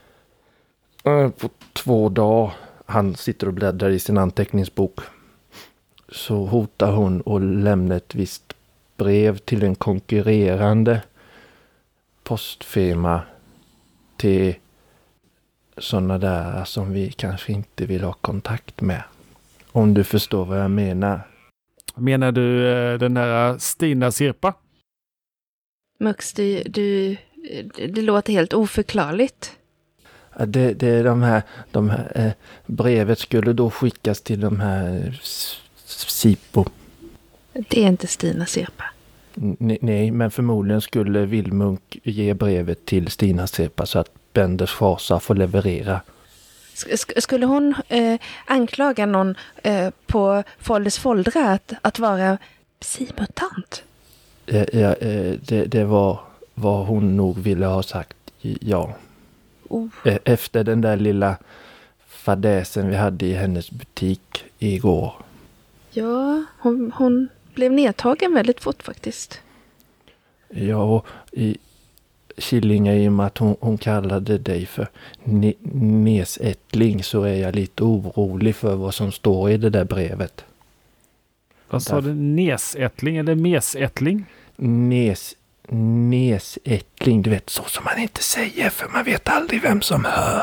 på två dagar, han sitter och bläddrar i sin anteckningsbok, så hotar hon att lämna ett visst brev till en konkurrerande postfirma till sådana där som vi kanske inte vill ha kontakt med. Om du förstår vad jag menar. Menar du eh, den där Stina Sirpa? Mux, du, du, det låter helt oförklarligt. Ja, Det, det är de här, de här eh, brevet skulle då skickas till de här S- Sipo. Det är inte Stina Sirpa. N- nej, men förmodligen skulle Vildmunk ge brevet till Stina Sirpa så att Benders fasa får leverera. Sk- sk- skulle hon eh, anklaga någon eh, på Folders Foldra att, att vara psimutant? Eh, ja, eh, det, det var vad hon nog ville ha sagt, ja. Oh. Eh, Efter den där lilla fadäsen vi hade i hennes butik igår. Ja, hon, hon blev nedtagen väldigt fort faktiskt. Ja, och i Killinga, i och med att hon, hon kallade dig för ne- nesättling, så är jag lite orolig för vad som står i det där brevet. Vad sa du? Nesättling eller mesättling? Nes, nesättling, du vet, så som man inte säger, för man vet aldrig vem som hör.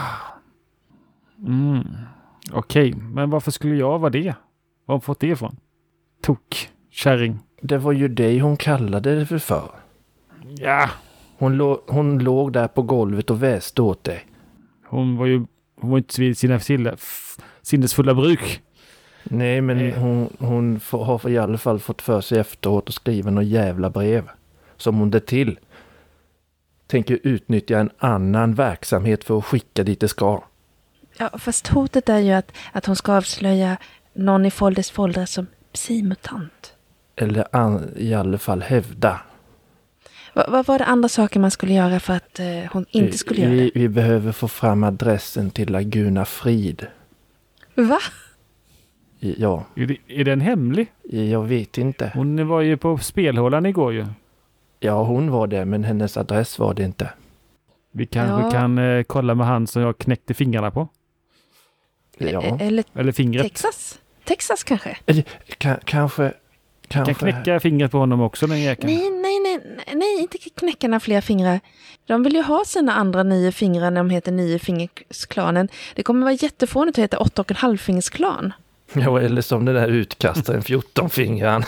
Mm. Okej, men varför skulle jag vara det? Var har hon fått det ifrån? Tok, kärring. Det var ju dig hon kallade det för för. Ja, Hon, lå- hon låg där på golvet och väste åt dig. hon var ju hon var inte vid sina silla- f- sinnesfulla bruk. Nej, men Eh. hon, hon får, har i alla fall fått för sig efteråt att skriva någon jävla brev. Som hon det till. Tänker utnyttja en annan verksamhet för att skicka dit det ska. Ja, fast hotet är ju att, att hon ska avslöja någon i Folders Foldra som psimutant. Eller an, i alla fall hävda. Va, vad var det andra saker man skulle göra för att eh, hon inte skulle göra vi, det? vi behöver få fram adressen till Laguna Frid. Va? I- Ja, Är, det, är den hemlig? i- jag vet inte. Hon var ju på spelhålan igår ju. Ja, hon var det, men hennes adress var det inte. Vi kanske Ja. kan eh, kolla med han som jag knäckte fingrarna på. Ja, E- Eller Eller fingret. Texas? Texas kanske? eller ka, kanske... Jag kanske kan knäcka fingret på honom också, den jäkeln. Nej, nej, nej, nej, nej, inte knäcka några fler fingrar. De vill ju ha sina andra nio fingrar när de heter niofingersklanen. Det kommer vara jättefånigt att heta åtta och en halvfingersklan. Ja, eller som den där utkastaren, fjortonfingran.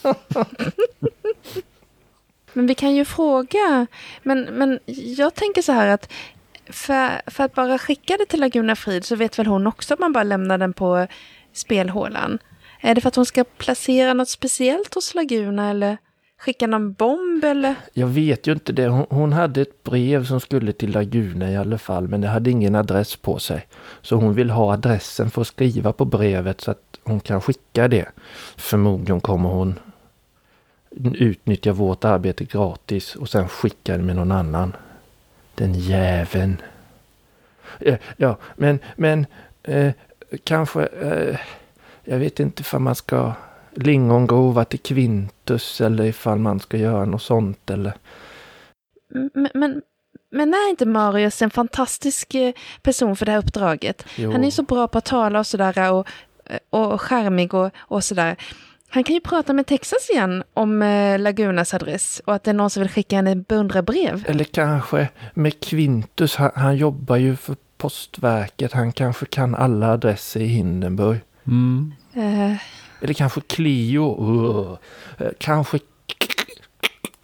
Men vi kan ju fråga. Men, men jag tänker så här att för, för att bara skicka det till Laguna Frid så vet väl hon också att man bara lämnar den på spelhålan. Är det för att hon ska placera något speciellt hos Laguna eller skicka någon bomb eller? Jag vet ju inte det. Hon, hon hade ett brev som skulle till Laguna i alla fall, men det hade ingen adress på sig. Så hon vill ha adressen för att skriva på brevet så att hon kan skicka det. Förmodligen kommer hon utnyttja vårt arbete gratis och sen skicka det med någon annan. Den jäveln. Ja, ja men, men eh, kanske... Eh, jag vet inte ifall man ska lingongrova till Quintus eller ifall man ska göra något sånt eller... Men, men, men är inte Marius en fantastisk eh, person för det här uppdraget? Jo. Han är så bra på att tala och sådär och, och charmig och, och sådär. Han kan ju prata med Texas igen om eh, Lagunas adress och att det är någon som vill skicka henne beundrarbrev. Eller kanske med Quintus, han, han jobbar ju för Postverket, han kanske kan alla adresser i Hindenburg. Mm. Eh, Eller kanske Clio, uh, kanske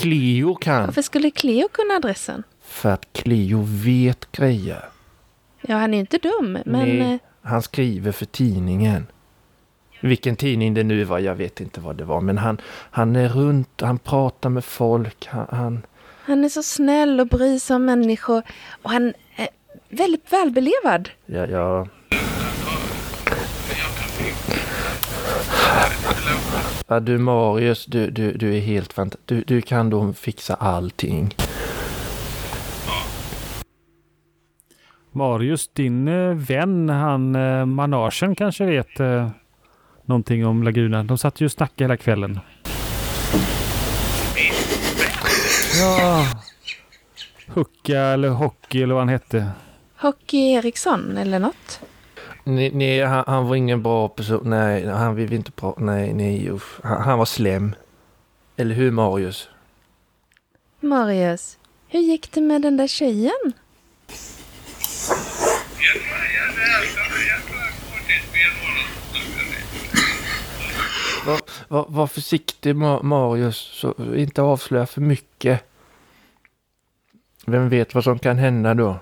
Cleo kan. Varför skulle Cleo kunna adressen? För att Cleo vet grejer. Ja, han är inte dum, men... Nej, han skriver för tidningen. Vilken tidning det nu var, jag vet inte vad det var. Men han, han är runt, han pratar med folk. Han, han... han är så snäll och bryr sig om människor. Och han är väldigt välbelevad. Ja, ja. Ja, du Marius, du, du, du är helt fantastisk. Du, du kan då fixa allting. Marius, din eh, vän, han eh, Managen kanske vet eh, någonting om lagunen. De satt ju och snackade hela kvällen. Ja. Hucka eller Hockey eller vad han hette. Hockey Eriksson eller något. Nej, nej han, han var ingen bra person. Nej, han vill inte prata. Nej, nej, usch. Han, han var slem. Eller hur, Marius? Marius, hur gick det med den där tjejen? Var, var, var försiktig, Marius, så inte avslöja för mycket. Vem vet vad som kan hända då?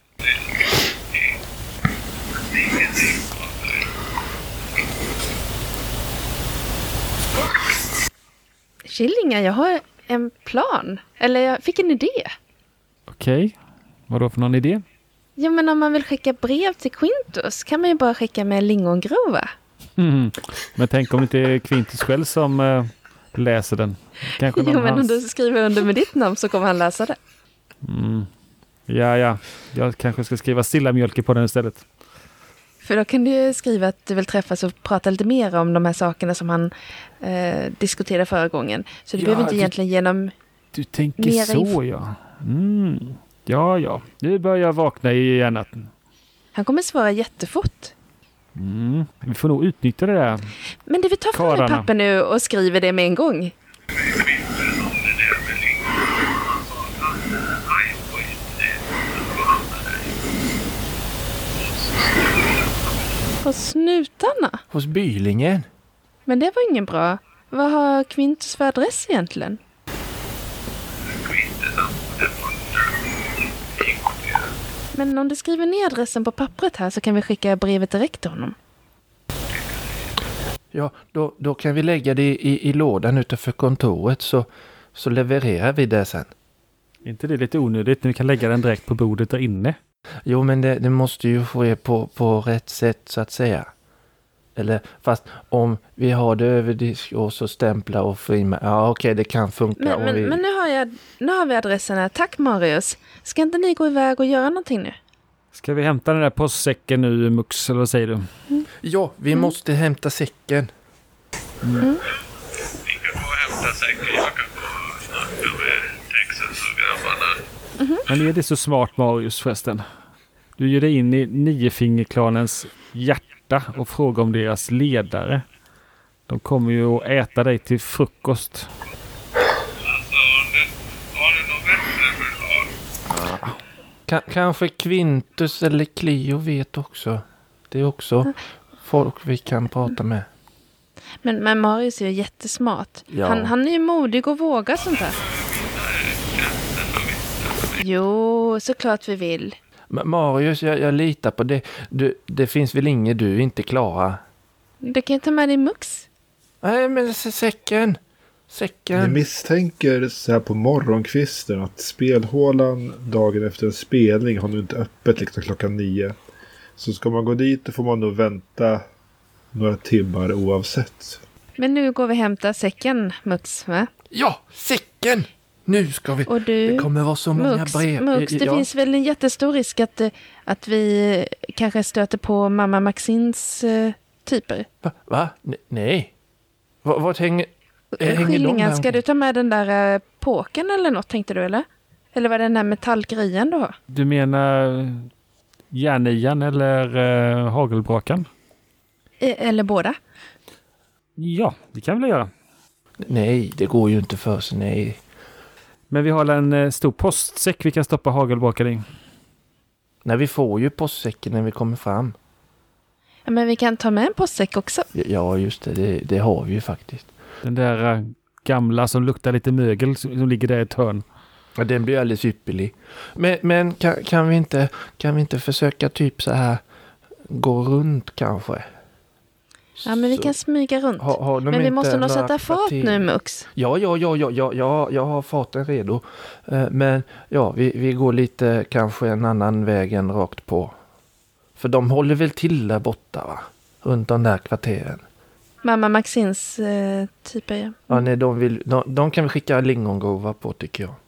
Killingar, jag har en plan. Eller jag fick en idé. Okej, okay. Vad då för någon idé? Ja, men om man vill skicka brev till Quintus kan man ju bara skicka med lingongrova. Mm. Men tänk om det inte är Quintus själv som äh, läser den. Kanske jo, men hans... om du skriver under med ditt namn så kommer han läsa det. Mm. Ja, ja. Jag kanske ska skriva stilla mjölk på den istället. För då kan du ju skriva att du vill träffas och prata lite mer om de här sakerna som han eh, diskuterade förra gången. Så du ja, behöver inte du, egentligen genom Du tänker så, inf- ja. Mm. Ja, ja. Nu börjar jag vakna i hjärnan. Han kommer svara jättefort. Mm. Vi får nog utnyttja det där. Men det vi tar fram ett papper nu och skriver det med en gång. På snutarna? Hos Bylingen. Men det var ingen bra. Vad har Quintus för adress egentligen? Men om du skriver ner adressen på pappret här så kan vi skicka brevet direkt till honom. Ja, då, då kan vi lägga det i, i lådan utanför kontoret så, så levererar vi det sen. Är inte det lite onödigt när vi kan lägga den direkt på bordet där inne? Jo, men det, det måste ju ske på, på rätt sätt så att säga. Eller fast om vi har det över disk och så stämpla och frimärka. Ja, okej, okay, det kan funka. Men, om men, vi... men nu, har jag, nu har vi adressen här. Tack Marius. Ska inte ni gå iväg och göra någonting nu? Ska vi hämta den där postsäcken nu, Mux, eller vad säger du? Mm. Ja, vi mm. måste hämta säcken. Mm. Mm. Vi kan få hämta säcken. Jag kan få snacka med Texas och grabbarna. Mm. Men är det så smart, Marius, förresten? Du ger dig in i Niofingerklanens hjärta och frågar om deras ledare. De kommer ju att äta dig till frukost. Alltså, har du något bättre förslag? Ja. K- kanske Quintus eller Cleo vet också. Det är också mm. folk vi kan prata med. Men, men Marius är ju jättesmart. Ja. Han, han är ju modig och vågar sånt här. Jo, såklart vi vill. Marius, jag, jag litar på det. Du, det finns väl inget du inte klarar? Du kan ta med dig Mux. Nej, men säcken. Säcken. Ni misstänker så här på morgonkvisten att spelhålan dagen efter en spelning har nu inte öppet liksom klockan nio. Så ska man gå dit då får man nog vänta några timmar oavsett. Men nu går vi hämta säcken, Mux, va? Ja, säcken! Nu ska vi... Och du, det kommer vara så många Mux, brev. Mux, det ja. finns väl en jättestor risk att, att vi kanske stöter på mamma Maxins uh, typer. Va? Va? N- nej. Va, vad hänger... hänger Skillingen, ska du ta med den där uh, påken eller något, tänkte du, eller? Eller var det den där metallgrejen du har? Du menar järnian eller uh, hagelbrakan? E- eller båda? Ja, det kan vi göra. Nej, det går ju inte för sig, nej. Men vi har en uh, stor postsäck vi kan stoppa hagelbrakan i. Nej, vi får ju postsäcken när vi kommer fram. Ja, men vi kan ta med en postsäck också. Ja, just det. Det, det har vi ju faktiskt. Den där uh, gamla som luktar lite mögel som, som ligger där i ett hörn. Ja, den blir alldeles ypperlig. Men, men kan, kan, vi inte, kan vi inte försöka typ så här gå runt kanske? Ja, men vi Så- kan smyga runt. Har- har de Men vi inte måste nog några sätta fart kvarter? nu, Mux. Ja, ja, ja, ja, ja, ja, jag har farten redo. Eh, Men ja, vi, vi går lite kanske en annan väg än rakt på. För de håller väl till där borta, va? Runt de där kvarteren. Mamma Maxins eh, typer, ja. Ja, nej, de, vill, de, de kan vi skicka lingongrova på, tycker jag.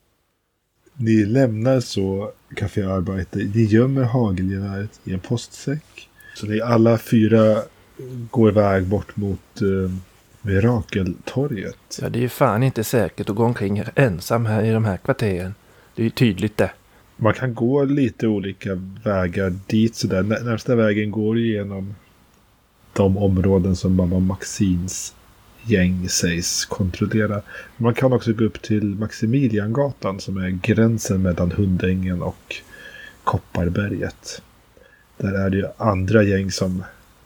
Ni lämnar så Café Arbete. Ni gömmer hagelgeväret i en postsäck. Så ni alla fyra går iväg bort mot eh, Mirakeltorget. Ja, det är ju fan inte säkert att gå omkring ensam här i de här kvarteren. Det är ju tydligt det. Man kan gå lite olika vägar dit sådär. När- Närmsta vägen går igenom de områden som mamma Maxins gäng sägs kontrollera. Man kan också gå upp till Maximiliangatan som är gränsen mellan Hundängen och Kopparberget. Där är det ju andra gäng som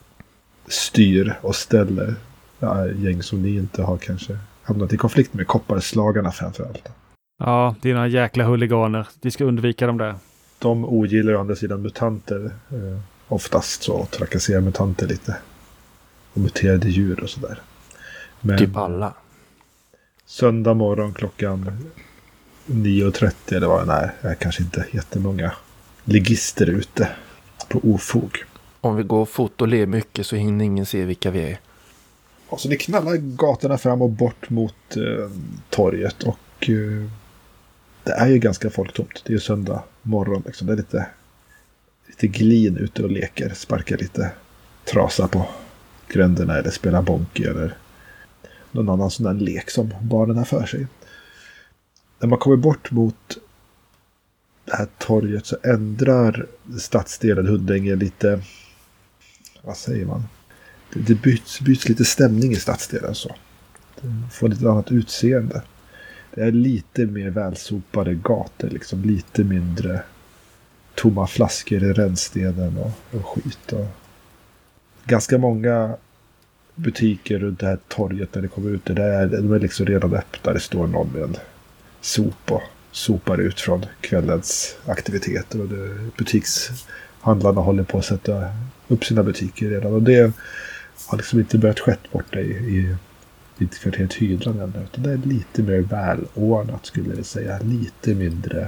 styr och ställer. Ja, gäng som ni inte har kanske hamnat i konflikt med, kopparslagarna framförallt. Ja, det är några jäkla huliganer. Vi ska undvika dem där. De ogillar å andra sidan mutanter. Eh, oftast så trakasserar mutanter lite. Och muterade djur och sådär. Men Typ alla. söndag morgon klockan nio och trettio eller vad det är. Är kanske inte jättemånga ligister ute på ofog. Om vi går fort och ler mycket så hinner ingen se vilka vi är. Och så ni knallar gatorna fram och bort mot eh, torget. Och eh, det är ju ganska folktomt. Det är ju söndag morgon. Liksom. Det är lite, lite glin ute och leker. Sparkar lite trasa på gränderna eller spelar bonky eller någon annan sån där lek som barnen har för sig. När man kommer bort mot det här torget så ändrar stadsdelen Hundänge lite, vad säger man? Det, det byts, byts lite stämning i stadsdelen så. Det får lite annat utseende. Det är lite mer välsopade gator, liksom lite mindre tomma flaskor i rännstenen och, och skit. Och ganska många butiker runt det här torget när det kommer ut. Det är, de är liksom redan öppna. Det står någon med en sop och sopar ut från kvällens aktiviteter. Och det, butikshandlarna håller på att sätta upp sina butiker redan. Och det har liksom inte börjat skett borta i, i, i kvarteret Hydran ännu. Utan det är lite mer välordnat skulle jag säga. Lite mindre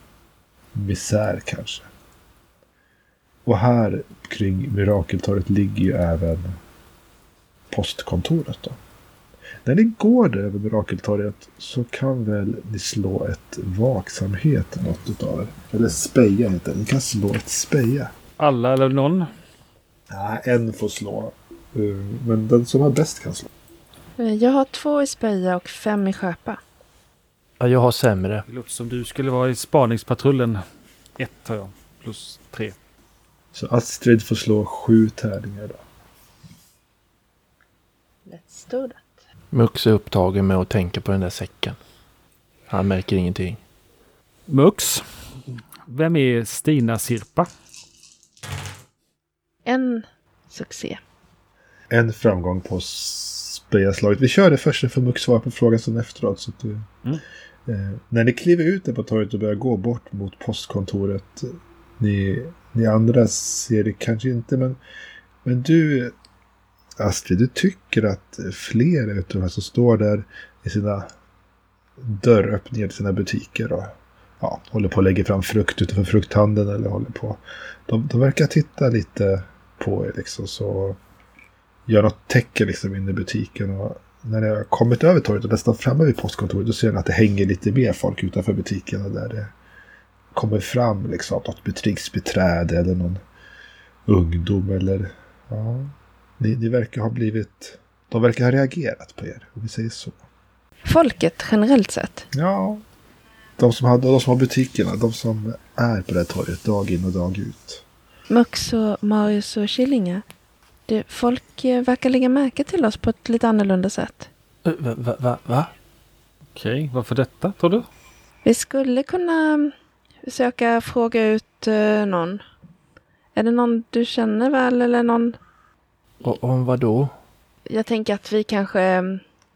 misär kanske. Och här kring Mirakeltorget ligger ju även postkontoret då. När ni går där över Mirakeltorget så kan väl ni slå ett vaksamhet något utav er. Eller speja heter det. Ni kan slå ett speja. Alla eller någon? Nej, en får slå. Uh, Men den som har bäst kan slå. Eh, Jag har två i speja och fem i skärpa. Ja, jag har sämre. Det låter som du skulle vara i spaningspatrullen. Ett har jag. Plus tre. Så Astrid får slå sju tärningar då. Let's do that. Mux är upptagen med att tänka på den där säcken. Han märker ingenting. Mux. Vem är Stina Sirpa? En succé. En framgång på spejaslaget. Vi kör det först för Mux svar på frågan sen efteråt. Så att du, Mm. eh, när ni kliver ut där på torget och börjar gå bort mot postkontoret. Ni, ni andra ser det kanske inte. Men, men du, Astrid, du tycker att flera utav de här som står där i sina dörröppningar till sina butiker och ja, håller på att lägga fram frukt utanför frukthandeln eller håller på. De, de verkar titta lite på er liksom så gör något tecken liksom inne i butiken och när det har kommit över torget och nästan framme vid postkontoret då ser ni att det hänger lite mer folk utanför butiken och där det kommer fram liksom något butiksbiträde eller någon ungdom eller ja, ni, ni verkar ha blivit de verkar ha reagerat på er om vi säger så. Folket generellt sett. Ja, de som har, de som har butikerna, de som är på det här torget dag in och dag ut. Mux och Marius och Killinga. Det, folk eh, verkar lägga märke till oss på ett lite annorlunda sätt. Uh, Va? va, va, va? Okej, varför detta tror du? Vi skulle kunna försöka fråga ut eh, någon. Är det någon du känner väl eller någon? Och om vad då? Jag tänker att vi kanske eh,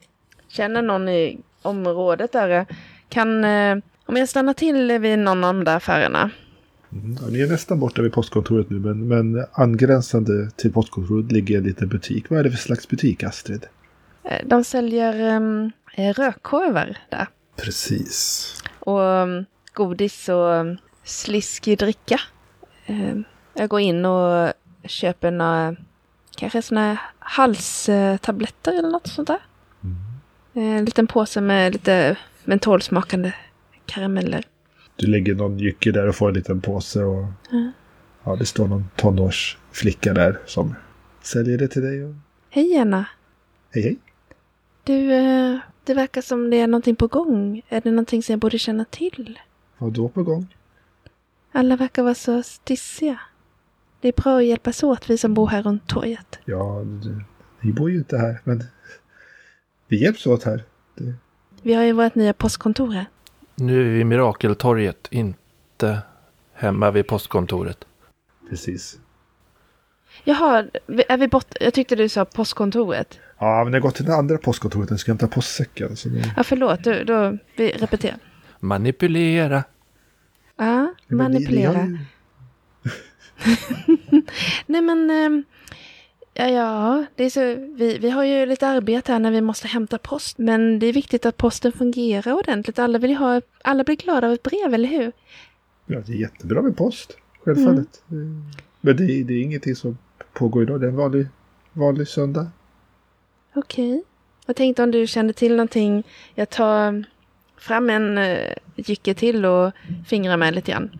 känner någon i området där. Kan, eh, om jag stannar till vid någon av de där affärerna. Mm, ja, ni är nästan borta vid postkontoret nu, men, men angränsande till postkontoret ligger en liten butik. Vad är det för slags butik, Astrid? Eh, de säljer eh, rökkorvar där. Precis. Och um, godis och um, sliskig dricka. Eh, jag går in och köper några, kanske såna här halstabletter eller något sånt där. Mm. En liten påse med lite mentolsmakande karameller. Du lägger någon jycke där och får en liten påse och mm. ja, det står någon tonårsflicka där som säljer det till dig. Och... Hej Anna. Hej hej. Du, eh, det verkar som det är någonting på gång. Är det någonting som jag borde känna till? Vad då på gång? Alla verkar vara så stissiga. Det är bra att hjälpas åt, vi som bor här runt torget. Ja, det, vi bor ju inte här, men vi hjälps åt här. Det... Vi har ju vårt nya postkontor här. Nu är vi i Mirakeltorget, inte hemma vid postkontoret. Precis. Jaha, är vi bort... Jag tyckte du sa postkontoret. Ja, men jag har gått till det andra postkontoret. Jag ska hämta postsäcken. Så det... Ja, förlåt. Då, då vi repeterar. Manipulera. Ja, manipulera. Men det, det Nej, men... Ähm, ja, ja, det är så... Vi, vi har ju lite arbete här när vi måste hämta post. Men det är viktigt att posten fungerar ordentligt. Alla vill ju ha... Alla blir glada av ett brev, eller hur? Ja, det är jättebra med post. Självfallet. Mm. Men det, det är ingenting som pågår idag. Det är en vanlig, vanlig söndag. Okej. Okay. Jag tänkte om du kände till någonting. Jag tar fram en uh, jycke till och fingrar med lite grann.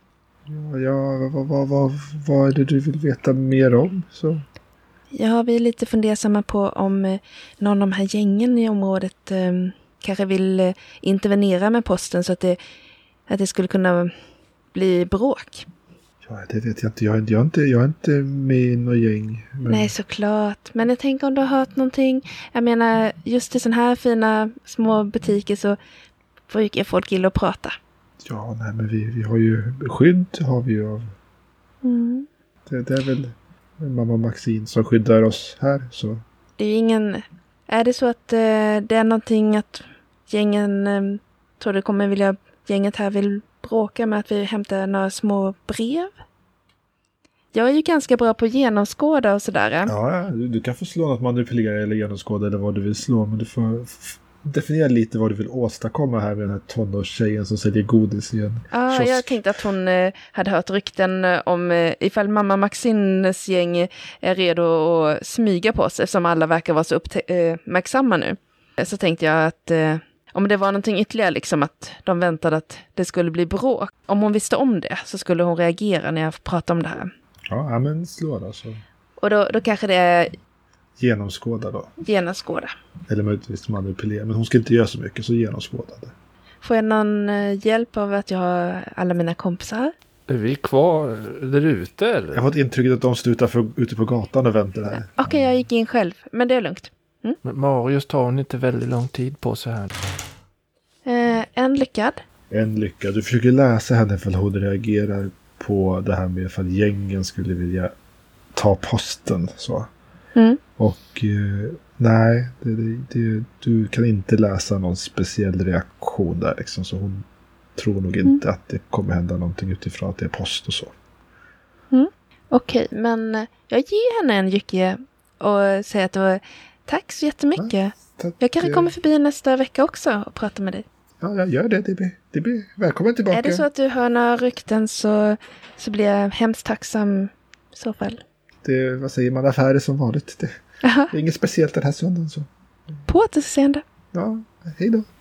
Ja, ja vad, vad, vad, vad är det du vill veta mer om? Så. Ja, vi är lite fundersamma på om uh, någon av de här gängen i området uh, kanske vill uh, intervenera med posten så att det, att det skulle kunna bli bråk. Ja, det vet jag inte. Jag är inte, jag är inte, jag är inte med i något gäng. Men... Nej, såklart. Men jag tänker om du har hört någonting. Jag menar, just i sådana här fina små butiker så brukar folk gilla att prata. Ja, nej, men vi, vi har ju skydd har vi ju av. Mm. Det, det är väl mamma Maxine som skyddar oss här. Så. Det är ju ingen... Är det så att eh, det är någonting att gängen... Eh, tror du kommer vilja... Gänget här vill bråka med att vi hämtar några små brev? Jag är ju ganska bra på att genomskåda och sådär. Ja, du, du kan få slå något manipulera eller genomskåda eller vad du vill slå. Men du får f- definiera lite vad du vill åstadkomma här med den här tonårstjejen som säljer godis igen. Ja, kiosk. Jag tänkte att hon eh, hade hört rykten om eh, ifall mamma Maxines gäng är redo att smyga på sig eftersom alla verkar vara så uppmärksamma nu. Så tänkte jag att... Eh, Om det var någonting ytterligare, liksom att de väntade att det skulle bli bråk. Om hon visste om det så skulle hon reagera när jag pratade om det här. Ja, men slå då. Så. Och då, då kanske det är... Genomskåda då. Genomskåda. Eller möjligtvis manipulera. Men hon ska inte göra så mycket, så genomskåda det. Får jag någon hjälp av att jag har alla mina kompisar? Är vi kvar där ute eller? Jag har fått intrycket att de står utanför, ute på gatan och väntar här. Okej, okay, jag gick in själv. Men det är lugnt. Mm. Men Marius tar hon inte väldigt lång tid på så här. Eh, en lyckad. En lyckad. Du försöker läsa henne för att hon reagerar på det här med ifall gängen skulle vilja ta posten. Så. Mm. Och eh, nej, det, det, det, du kan inte läsa någon speciell reaktion där. Liksom, så hon tror nog inte mm. att det kommer hända någonting utifrån att det är post och så. Mm. Okej, okay, men jag ger henne en jycke och säger att det var... Tack så jättemycket. Ja, tack. Jag kanske kommer förbi nästa vecka också och prata med dig. Ja, jag gör det. Det blir, det blir välkommen tillbaka. Är det så att du hör några rykten så, så blir jag hemskt tacksam i så fall. Det, vad säger man, affärer som vanligt. Det, det är inget speciellt den här söndagen. Så. På återseende. Ja, hej då.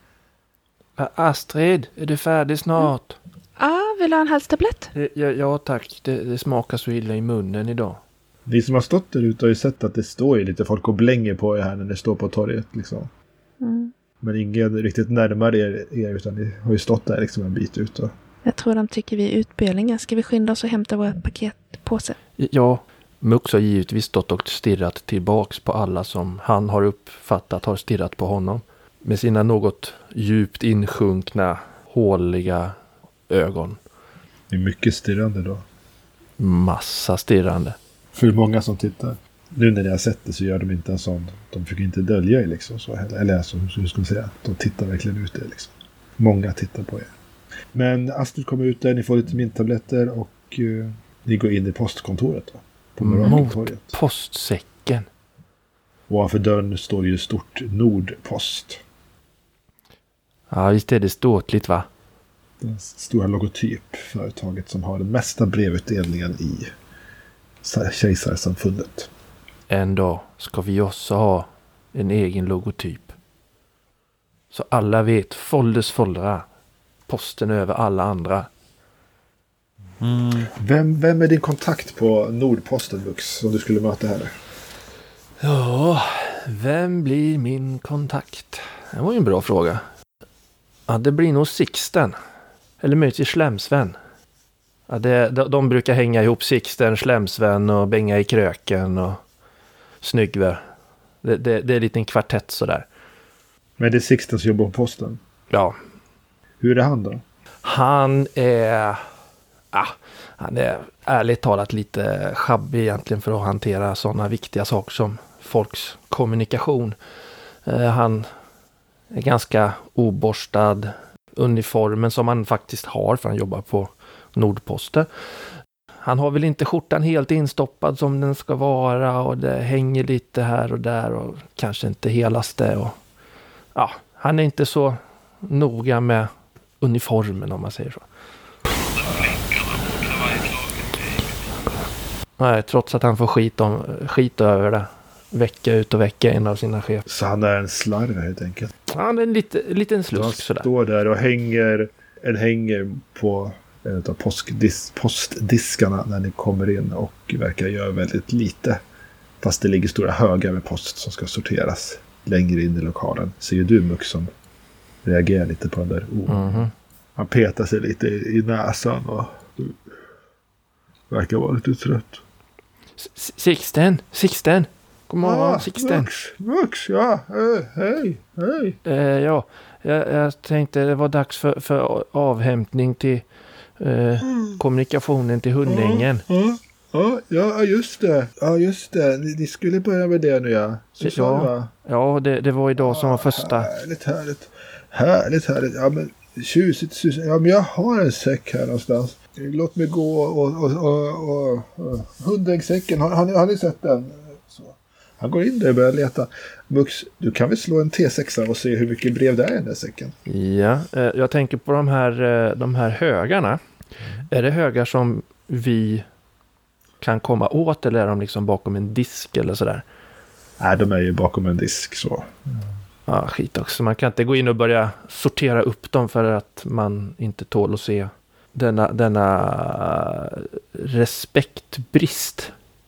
Astrid, är du färdig snart? Ja, mm. ah, vill du ha en halstablett? Ja, ja tack. Det, det smakar så illa i munnen idag. Ni som har stått där ute har ju sett att det står ju lite folk och blänger på er här när det står på torget. Liksom. Mm. Men ingen riktigt närmare er, er utan ni har ju stått där liksom en bit ut. Och... Jag tror de tycker vi är utbildningar. Ska vi skynda oss och hämta våra paketpåse? Ja, Mux har givetvis stått och stirrat tillbaks på alla som han har uppfattat har stirrat på honom. Med sina något djupt insjunkna, håliga ögon. Det är mycket stirrande då. Massa stirrande. Hur många som tittar? Nu när ni har sett det så gör de inte en sån. De försöker inte dölja er liksom. Så, eller alltså, hur ska man säga? De tittar verkligen ut er liksom. Många tittar på er. Men Astrid kommer ut där, ni får lite minttabletter och uh, ni går in i postkontoret då. På Mot postsäcken. Ovanför dörren står ju stort Nordpost. Ja, visst är det ståtligt va? Den stora logotyp, företaget som har den mesta brevutdelningen i kejsarsamfundet. En dag ska vi också ha en egen logotyp. Så alla vet, Folders Foldra. Posten över alla andra. Mm. Vem, vem är din kontakt på Nordposten, Lux, som du skulle möta här? Ja, vem blir min kontakt? Det var ju en bra fråga. Ja, det blir nog Sixten. Eller möjligtvis Slemsven. Ja, det, de, de brukar hänga ihop, Sixten, Slemsven och Benga i kröken och Snyggve. Det, det, det är en liten kvartett sådär. Men det är Sixten som jobbar på posten? Ja. Hur är han då? Han är... Ah, han är ärligt talat lite schabbig egentligen för att hantera sådana viktiga saker som folks kommunikation. Eh, han är ganska oborstad. Uniformen som han faktiskt har, för han jobbar på Nordposten. Han har väl inte skjortan helt instoppad som den ska vara och det hänger lite här och där och kanske inte helaste. Och, ja, han är inte så noga med uniformen om man säger så. Nej, trots att han får skit, om, skit över det. Vecka ut och vecka in av sina chefer. Så han är en slarv helt enkelt? Han är en lite, liten slusk han sådär. Han står där och hänger, en hänger på en av postdis, postdiskarna när ni kommer in och verkar göra väldigt lite. Fast det ligger stora högar med post som ska sorteras längre in i lokalen. Ser ju du, Mux, som reagerar lite på den där orden. Mm-hmm. Han petar sig lite i, i näsan och verkar vara lite trött. Sixten, Sixten. God morgon, ah, Sixten. Mux, Mux, ja. Uh, hej, hej. Uh, ja, jag, jag tänkte det var dags för, för avhämtning till uh, mm. kommunikationen till Hundängen. Ja, uh, uh, uh, ja, just det. Ja, just det. Ni, ni skulle börja med det nu, ja. Så ja, va? Ja, det, det var idag som var första. Härligt, härligt. Härligt, härligt. Ja, men tjusigt, tjusigt. Ja, men jag har en säck här någonstans. Låt mig gå och... och, och, och, och. Hundängsäcken, har, har, ni, har ni sett den? Så. Han går in där och börjar leta. Mux, du kan väl slå en T sex och se hur mycket brev det är i den där säcken? Ja, eh, jag tänker på de här, de här högarna. Mm. Är det högar som vi kan komma åt eller är de liksom bakom en disk eller sådär? Nej, de är ju bakom en disk så. Mm. Ja, skit också. Man kan inte gå in och börja sortera upp dem för att man inte tål att se denna, denna respektbrist.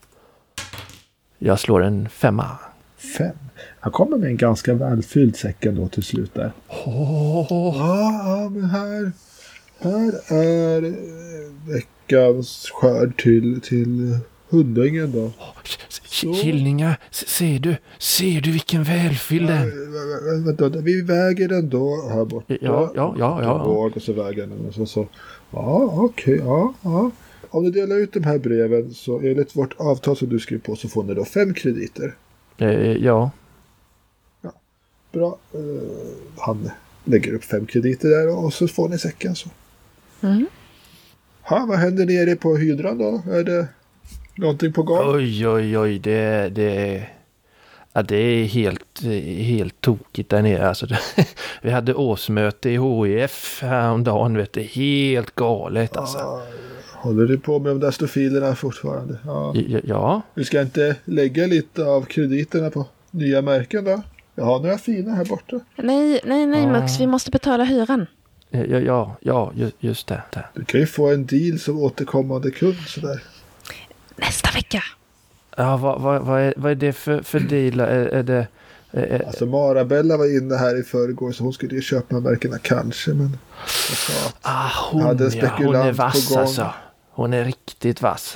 Jag slår en femma. Fem? Han kommer med en ganska välfylld säck då till slut där. Oh. Ja, men här, här är veckans skörd till, till Hundängen då. Killinga, ser du? Ser du vilken välfylld den? Ja, vänta, vi väger den då här borta. Ja, ja, ja. ja. Och så väger den och så, så. Ja, okej, okay, ja, ja. Om du delar ut de här breven så enligt vårt avtal som du skriver på så får ni då fem krediter. Eh, ja. Ja. Bra. Uh, han lägger upp fem krediter där och så får ni säcken så. Mm. Ha, vad händer nere på hydran då? Är det någonting på gång? Oj, oj, oj. Det, det, ja, det är helt, helt tokigt där nere. Alltså, det, vi hade årsmöte i H I F häromdagen. Vet du, helt galet alltså. Ah. Håller du på med de där stofilerna fortfarande? Ja. ja. Vi ska inte lägga lite av krediterna på nya märken då? Jag har några fina här borta. Nej, nej, nej, ah. Mux. Vi måste betala hyran. Ja, ja, ja just det, det. Du kan ju få en deal som återkommande kund sådär. Nästa vecka. Ja, vad, vad, vad, är, vad är det för, för deal? Är, är det... Är, alltså Marabella var inne här i förrgår så hon skulle ju köpa märkena kanske, men jag sa att ah, hon, hade en spekulant ja, hon är vass på gång. Alltså. Hon är riktigt vass.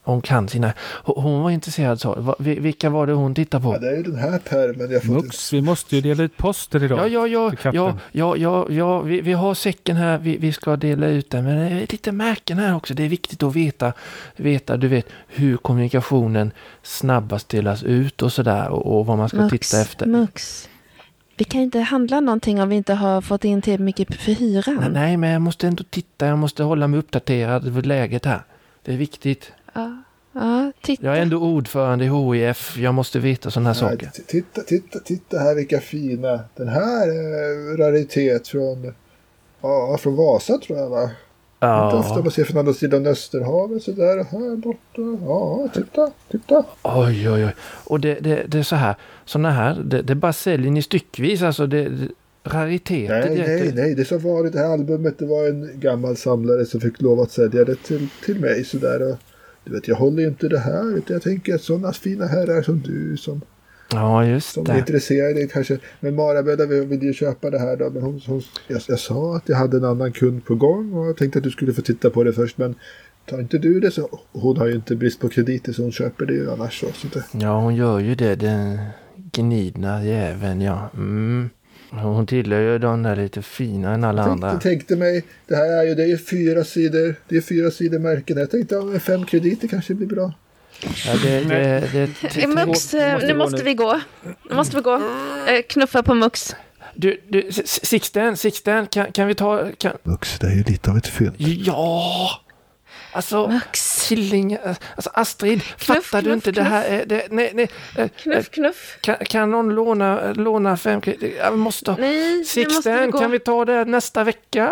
hon kan sina... Hon, hon var intresserad så. Va, vilka var det hon tittade på? Ja, det är ju den här pärmen. Jag får Mux, vi måste ju dela ut poster idag. Ja, ja, ja, till katten. ja, ja, ja, ja vi, vi har säcken här, vi, vi ska dela ut den, men det är lite märken här också. Det är viktigt att veta, veta du vet, hur kommunikationen snabbast delas ut och sådär, och, och vad man ska Mux, titta efter. Mux. Vi kan inte handla någonting om vi inte har fått in till mycket för hyran. Nej, nej, men jag måste ändå titta, jag måste hålla mig uppdaterad över läget här. Det är viktigt. Ja, ja, titta. Jag är ändå ordförande i H I F, jag måste veta sådana här Nej, saker. t- titta, titta, titta här vilka fina. Den här är raritet från, ja, från Vasa tror jag, va? Ja. Inte ofta man ser från andra sidan Österhavet sådär, här borta. Ja, titta, titta. Oj, oj, oj. Och det, det, det är så här, sådana här, det, det bara säljer ni styckvis, alltså det, det rariteter. Nej, det, nej, det, nej, det som var i det här albumet, det var en gammal samlare som fick lov att sälja det till, till mig sådär. Och, du vet, jag håller ju inte det här, utan jag tänker att sådana fina herrar som du som, Ja, just som är det. intresserade kanske. Men Marabella vill ju köpa det här då, men hon, hon, jag, jag sa att jag hade en annan kund på gång och jag tänkte att du skulle få titta på det först, men tar inte du det så, hon har ju inte brist på krediter så hon köper det ju annars så. så det. Ja, hon gör ju det, den gnidna jäveln, ja. Mm. Hon tillhör ju de där lite fina än alla Jag andra. tänkte, tänkte mig, det här är ju, det är ju fyra sidor, det är fyra sidor märken. Jag tänkte, ja, med fem krediter kanske blir bra. Ja, det, det, det, det, Eh, Mux, eh, nu måste vi gå. Nu måste vi gå. Eh, Knuffa på Mux. du, du, S- Sixten, Sixten, kan, kan vi ta... Kan, Lux, det är ju lite av ett fynd. ja! Alltså, Mux. Killing, alltså Astrid, Knuff, fattar du knuff, inte det här? är- Det, nej, nej. eh, Knuff, knuff. Kan, kan någon låna, låna fem krediter? Jag måste... Nej, nu måste vi Sixten, gå. kan vi ta det nästa vecka?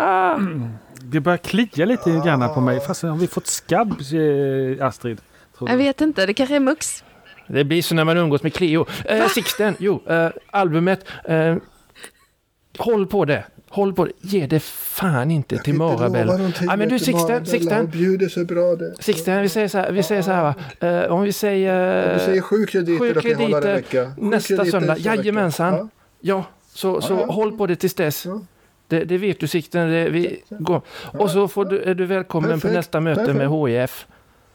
Det börjar klia lite grann på mig. Fast har vi fått skabb, eh, Astrid? Tror Jag du? vet inte, det kanske är Mux. Det blir så när man umgås med Cleo. Eh, Sixten, jo, eh, albumet. Eh, håll på det. Håll på det. Ge det fan inte till Marabella. Ja, men du Sixten, Sixten. Hon bjuder så bra det. Sixten, vi säger så här, vi säger så här va. Eh, om vi säger... Om du säger sju krediter, sju då kan jag hålla det en krediter vecka. Sju nästa krediter söndag. nästa vecka. Jajamensan. Ja. Ja, så, så Ja, ja. håll på det tills dess. Ja. Det, det vet du Sixten, det, vi går. Och så får du, är du välkommen Perfekt, på nästa möte perfekt. med H I F.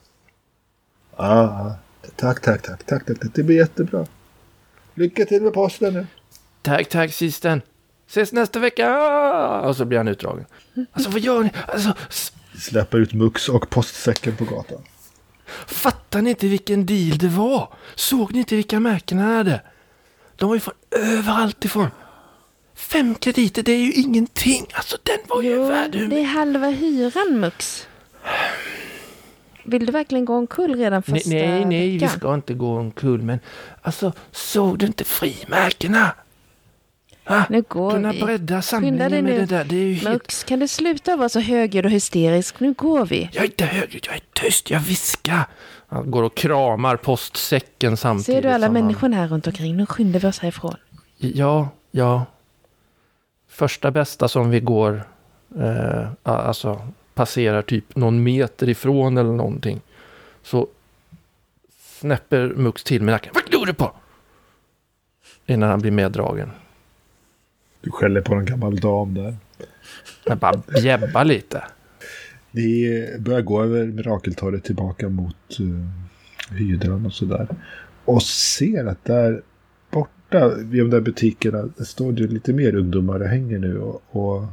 Ja, tack, tack, tack, tack, tack. Det blir jättebra. Lycka till med posten nu. Tack, tack Sixten. Ses nästa vecka. Och så blir han utdragen. Alltså vad gör ni? Alltså, s- Släpper ut Mux och postsäcken på gatan. fattar ni inte vilken deal det var? Såg ni inte vilka märken han hade? De var ju från överallt ifrån. Fem krediter, det är ju ingenting. Alltså den var ju Jo, värd hur det är halva hyran, Mux. Vill du verkligen gå omkull redan Nej, första nej, nej, vi veckan? ska inte gå omkull. Men alltså, såg du inte frimärkena? Ha? Nu går Kunna vi. bredda Skynda dig samlingen med nu. det där. Det är ju helt... Mux, kan du sluta vara så högljudd och hysterisk? Nu går vi. Jag är inte högljudd, jag är tyst, jag viskar. Han går och kramar postsäcken samtidigt. Ser du alla som han- människorna här runt omkring? Nu skyndar vi oss härifrån. Ja, ja. Första bästa som vi går, eh, alltså passerar typ någon meter ifrån eller någonting. Så snäpper Mux till med nacken. Vad glor du på? Innan han blir meddragen. Du skäller på en gammal dam där. Jag bara bjäbbar lite. Vi börjar gå över Mirakeltorget tillbaka mot uh, hydran och sådär. Och ser att där borta vid de där butikerna det står det lite mer ungdomar det hänger nu. Och, och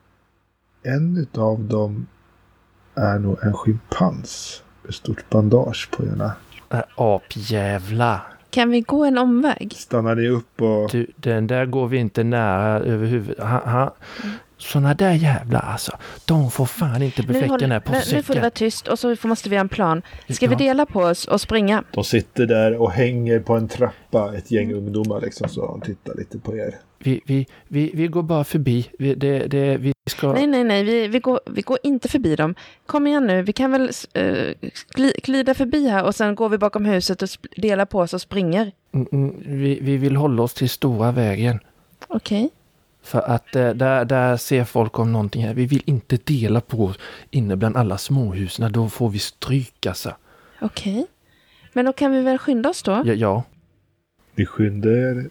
en av dem är nog en schimpans med stort bandage på ena. Äh, apjävla. Kan vi gå en omväg? Stannar ni upp och... Du, den där går vi inte nära överhuvud. Han, han, såna där jävla alltså. De får fan inte Nu, befläcka håller, den här nu, nu får du postsäcken. vara tyst och så måste vi ha en plan. Ska vi Ja. dela på oss och springa? De sitter där och hänger på en trappa, ett gäng ungdomar liksom, så de tittar lite på er. Vi, vi, vi, vi går bara förbi. Vi, det, det, vi ska... Nej, nej, nej. Vi, vi, går, vi går inte förbi dem. Kom igen nu. Vi kan väl uh, gli, glida förbi här och sen går vi bakom huset och sp- delar på oss och springer. Mm, mm, vi, vi vill hålla oss till stora vägen. Okej. För att eh, där, där ser folk om någonting här. Vi vill inte dela på oss inne bland alla småhusen. Då får vi stryk alltså. Okej. Men då kan vi väl skynda oss då? Ja, ja. Vi skyndar er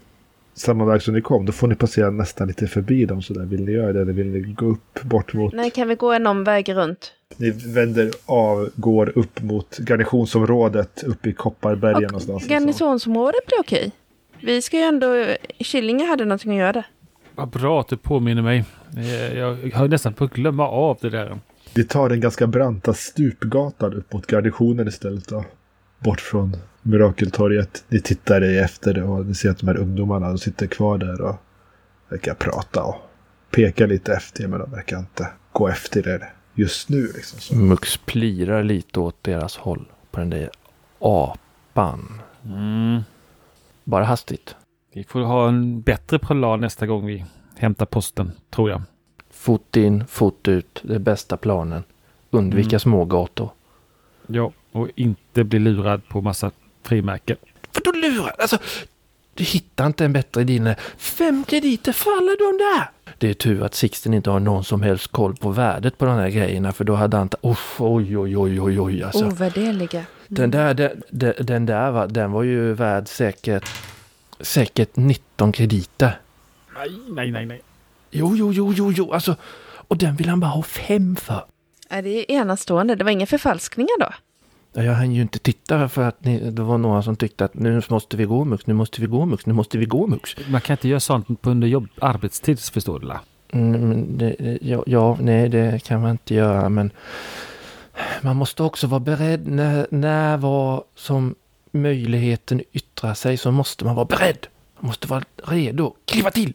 samma väg som ni kom, då får ni passera nästan lite förbi dem så där. Vill ni göra det eller vill ni gå upp bort mot... Nej, kan vi gå en omväg runt? Ni vänder av, går upp mot garnisonsområdet uppe i Kopparbergen Och någonstans. garnisonsområdet blir okej. Vi ska ju ändå... Killinge hade någonting att göra där. Vad bra att du påminner mig. Eh, Jag har nästan på att glömma av det där. Vi tar den ganska branta stupgatan upp mot garnisonen istället då. Bort från Mirakeltorget. Ni tittar i efter och ni ser att de här ungdomarna de sitter kvar där och verkar prata och peka lite efter, men de verkar inte gå efter det just nu. Liksom, så. Mux plirar lite åt deras håll på den där apan. Mm. Bara hastigt. Vi får ha en bättre plan nästa gång vi hämtar posten, tror jag. Fot in, fot ut. Det är bästa planen. Undvika Mm. smågator. Ja, och inte bli lurad på massa frimärken. För då lurar? Alltså, du hittar inte en bättre deal. Fem krediter faller de där. Det är tur att Sixten inte har någon som helst koll på värdet på de här grejerna. För då hade han... Oh, oj, oj, oj, oj, oj. Alltså. Ovärderliga. Mm. Den där, den, den, den där va, den var ju värd säkert, säkert nitton krediter. Nej, nej, nej, nej. Jo, jo, jo, jo, jo. Alltså, och den vill han bara ha fem för. Är det enastående? Det var inga förfalskningar då? Jag hann ju inte titta för att ni, det var några som tyckte att nu måste vi gå Mux, nu måste vi gå Mux, nu måste vi gå Mux. Man kan inte göra sånt på under jobb, arbetstid, förstår du la? Mm, men det, ja, ja, nej det kan man inte göra, men man måste också vara beredd när, när vad som möjligheten yttrar sig, så måste man vara beredd. Man måste vara redo, kliva till.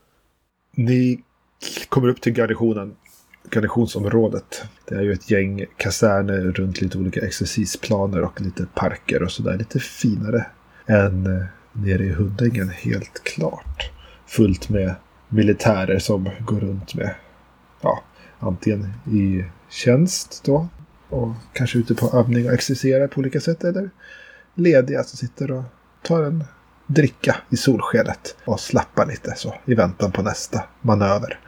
Ni kommer upp till garnisonen, garnisonsområdet. Det är ju ett gäng kaserner runt lite olika exercisplaner och lite parker och sådär. Lite finare än nere i Huddängen, helt klart. Fullt med militärer som går runt med, ja, antingen i tjänst då och kanske ute på övning och exerciserar på olika sätt, eller lediga som sitter och tar en dricka i solskenet och slappar lite så i väntan på nästa manöver.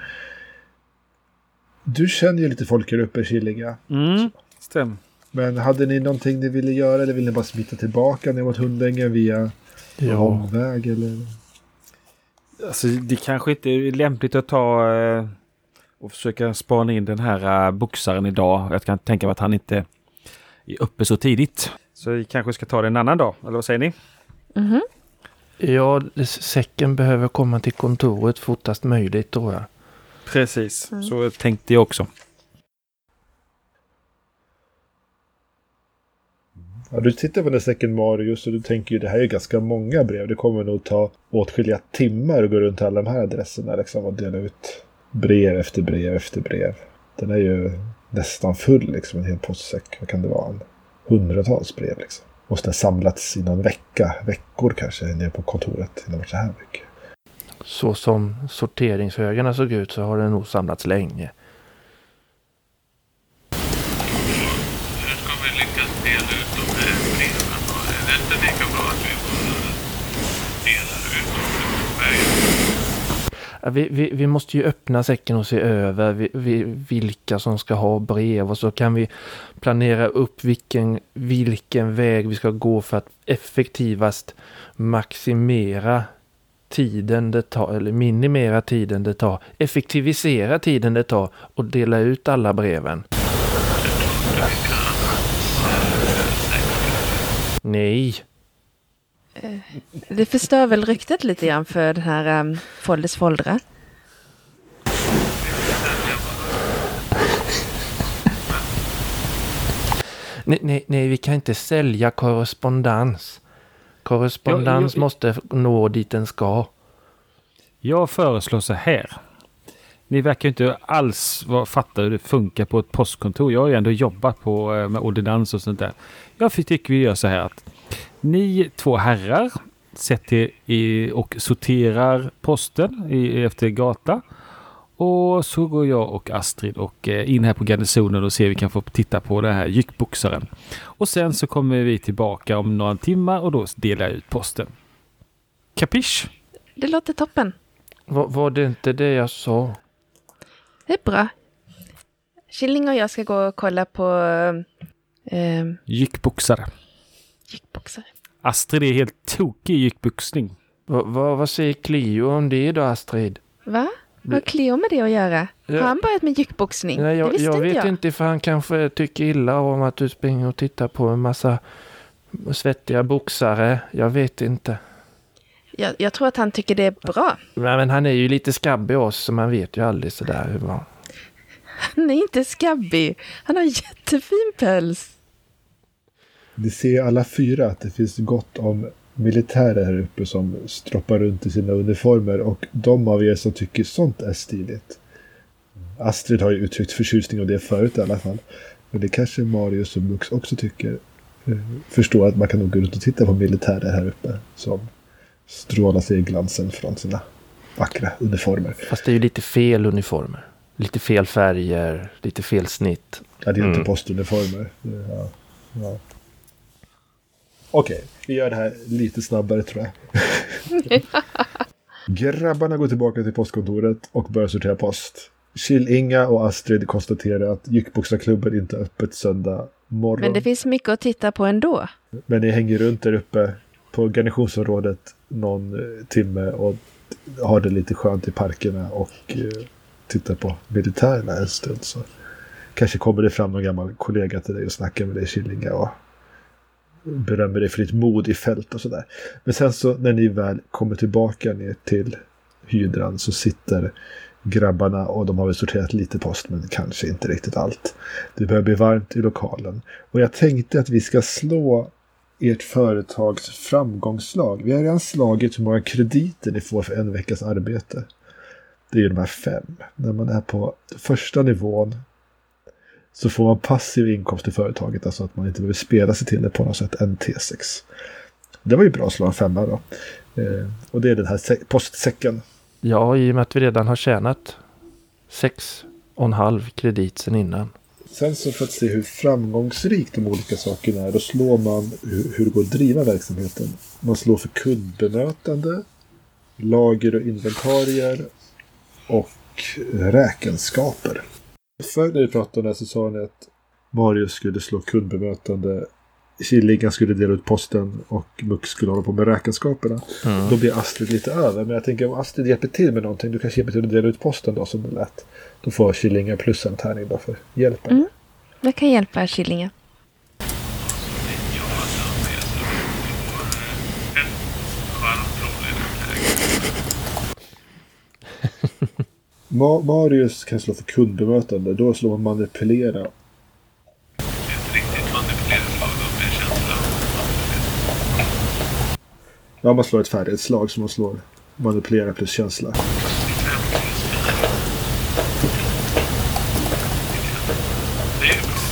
Du känner ju lite folk här uppe i Killinge. Mm, stämmer. Men hade ni någonting ni ville göra eller ville ni bara smita tillbaka ner mot Hundängen via Ja. omväg eller? Alltså, det kanske inte är lämpligt att ta eh, och försöka spana in den här eh, boxaren idag. Jag kan tänka mig att han inte är uppe så tidigt. Så vi kanske ska ta det en annan dag, eller vad säger ni? Mhm. Ja, säcken behöver komma till kontoret fortast möjligt, tror jag. Precis, Mm. så tänkte jag också. Ja, du tittar på den säcken Marius och du tänker ju det här är ganska många brev. Det kommer nog ta åtskilliga timmar att gå runt alla de här adresserna liksom, och dela ut brev efter brev efter brev. Den är ju nästan full liksom, en hel postsäck. Vad kan det vara? En hundratals brev liksom. Måste ha samlats i någon vecka, veckor kanske, nere på kontoret innan det var så här mycket. Så som sorteringshögarna såg ut så har det nog samlats länge. Hur ska vi lyckas dela ut de här breven då? Är det inte lika bra att vi bara delar ut dem på vägen? Ja, Vi, vi, vi måste ju öppna säcken och se över vi, vi, vilka som ska ha brev, och så kan vi planera upp vilken, vilken väg vi ska gå för att effektivast maximera tiden det tar, eller minimera tiden det tar, effektivisera tiden det tar och dela ut alla breven. Nej. Det förstör väl ryktet lite grann för den här um, Folders Foldra. Nej, nej, nej, vi kan inte sälja korrespondens. Korrespondens Jo, jo, måste nå dit den ska. Jag föreslår så här. Ni verkar inte alls vad, fatta hur det funkar på ett postkontor. Jag har ju ändå jobbat på, eh, med ordinans och sånt där. Jag tycker vi gör så här att ni två herrar sätter i och sorterar posten i, efter gata. Och så går jag och Astrid och eh, in här på garnisonen och ser vi kan få titta på den här jyckboxaren. Och sen så kommer vi tillbaka om några timmar och då delar jag ut posten. Kapisch? Det låter toppen. Var, var det inte det jag sa? Det är bra. Killing och jag ska gå och kolla på eh, Jyckboxare. jyckboxare. Astrid är helt tokig i jyckboxning. Va, va, vad säger Cleo om det då, Astrid? Va? Vad har Cleo med det att göra? Har Ja. han börjat med jukeboxning? Nej, jag, det visste jag inte vet jag. inte, för han kanske tycker illa om att du springer och tittar på en massa svettiga boxare. Jag vet inte. Jag, jag tror att han tycker det är bra. Nej, men han är ju lite skabbig oss, så man vet ju aldrig sådär hur bra. Han är inte skabbig. Han har jättefin päls. Ni ser alla fyra att det finns gott om militärer här uppe som stroppar runt i sina uniformer, och de av er som tycker sånt är stiligt. Astrid har ju uttryckt förtjusning av det förut i alla fall. Men det kanske Marius och Mux också tycker. Förstår att man kan nog gå runt och titta på militärer här uppe som strålar sig i glansen från sina vackra uniformer. Fast det är ju lite fel uniformer. Lite fel färger, lite fel snitt. Ja, det är Mm. inte postuniformer. Ja, ja. Okej, vi gör det här lite snabbare tror jag. Grabbarna går tillbaka till postkontoret och börjar sortera post. Kjell-Inga och Astrid konstaterar att Jukeboxarklubben inte är öppet söndag morgon. Men det finns mycket att titta på ändå. Men ni hänger runt där uppe på garnisonsområdet någon eh, timme och har det lite skönt i parkerna och eh, tittar på militärerna en stund. Så kanske kommer det fram någon gammal kollega till dig och snackar med dig, Kjell-Inga, och berömmer dig för ditt mod i fält och sådär. Men sen så när ni väl kommer tillbaka ner till hydran så sitter grabbarna och de har väl sorterat lite post, men kanske inte riktigt allt. Det börjar bli varmt i lokalen. Och jag tänkte att vi ska slå ert företags framgångslag. Vi har redan slagit hur många krediter ni får för en veckas arbete. Det är ju de här fem. När man är på första nivån så får man passiv inkomst i företaget, alltså att man inte behöver spela sig till det på något sätt, en T sex. Det var ju bra att slå en femma då. Eh, och det är den här se- postsäcken. Ja, i och med att vi redan har tjänat sex och en halv kredit sen innan. Sen så för att se hur framgångsrikt de olika sakerna är, då slår man hur, hur det går att driva verksamheten. Man slår för kundbemötande, lager och inventarier och räkenskaper. För när vi pratade om det så sa ni att Marius skulle slå kundbemötande, Kjell-Inga skulle dela ut posten och Mux skulle hålla på med räkenskaperna. Mm. Då blir Astrid lite över. Men jag tänker om Astrid hjälper till med någonting, du kanske hjälper till att dela ut posten då som det lät. Då får Kjell-Inga plus en tärning då för hjälpen. Mm. Jag kan hjälpa Kjell-Inga. Ma- Marius kan slå för kundbemötande. Då slår man manipulera. Ett riktigt manipulerarslag av en känsla. Ja, man slår ett färdighetslag som man slår manipulera plus känsla. Det är bra.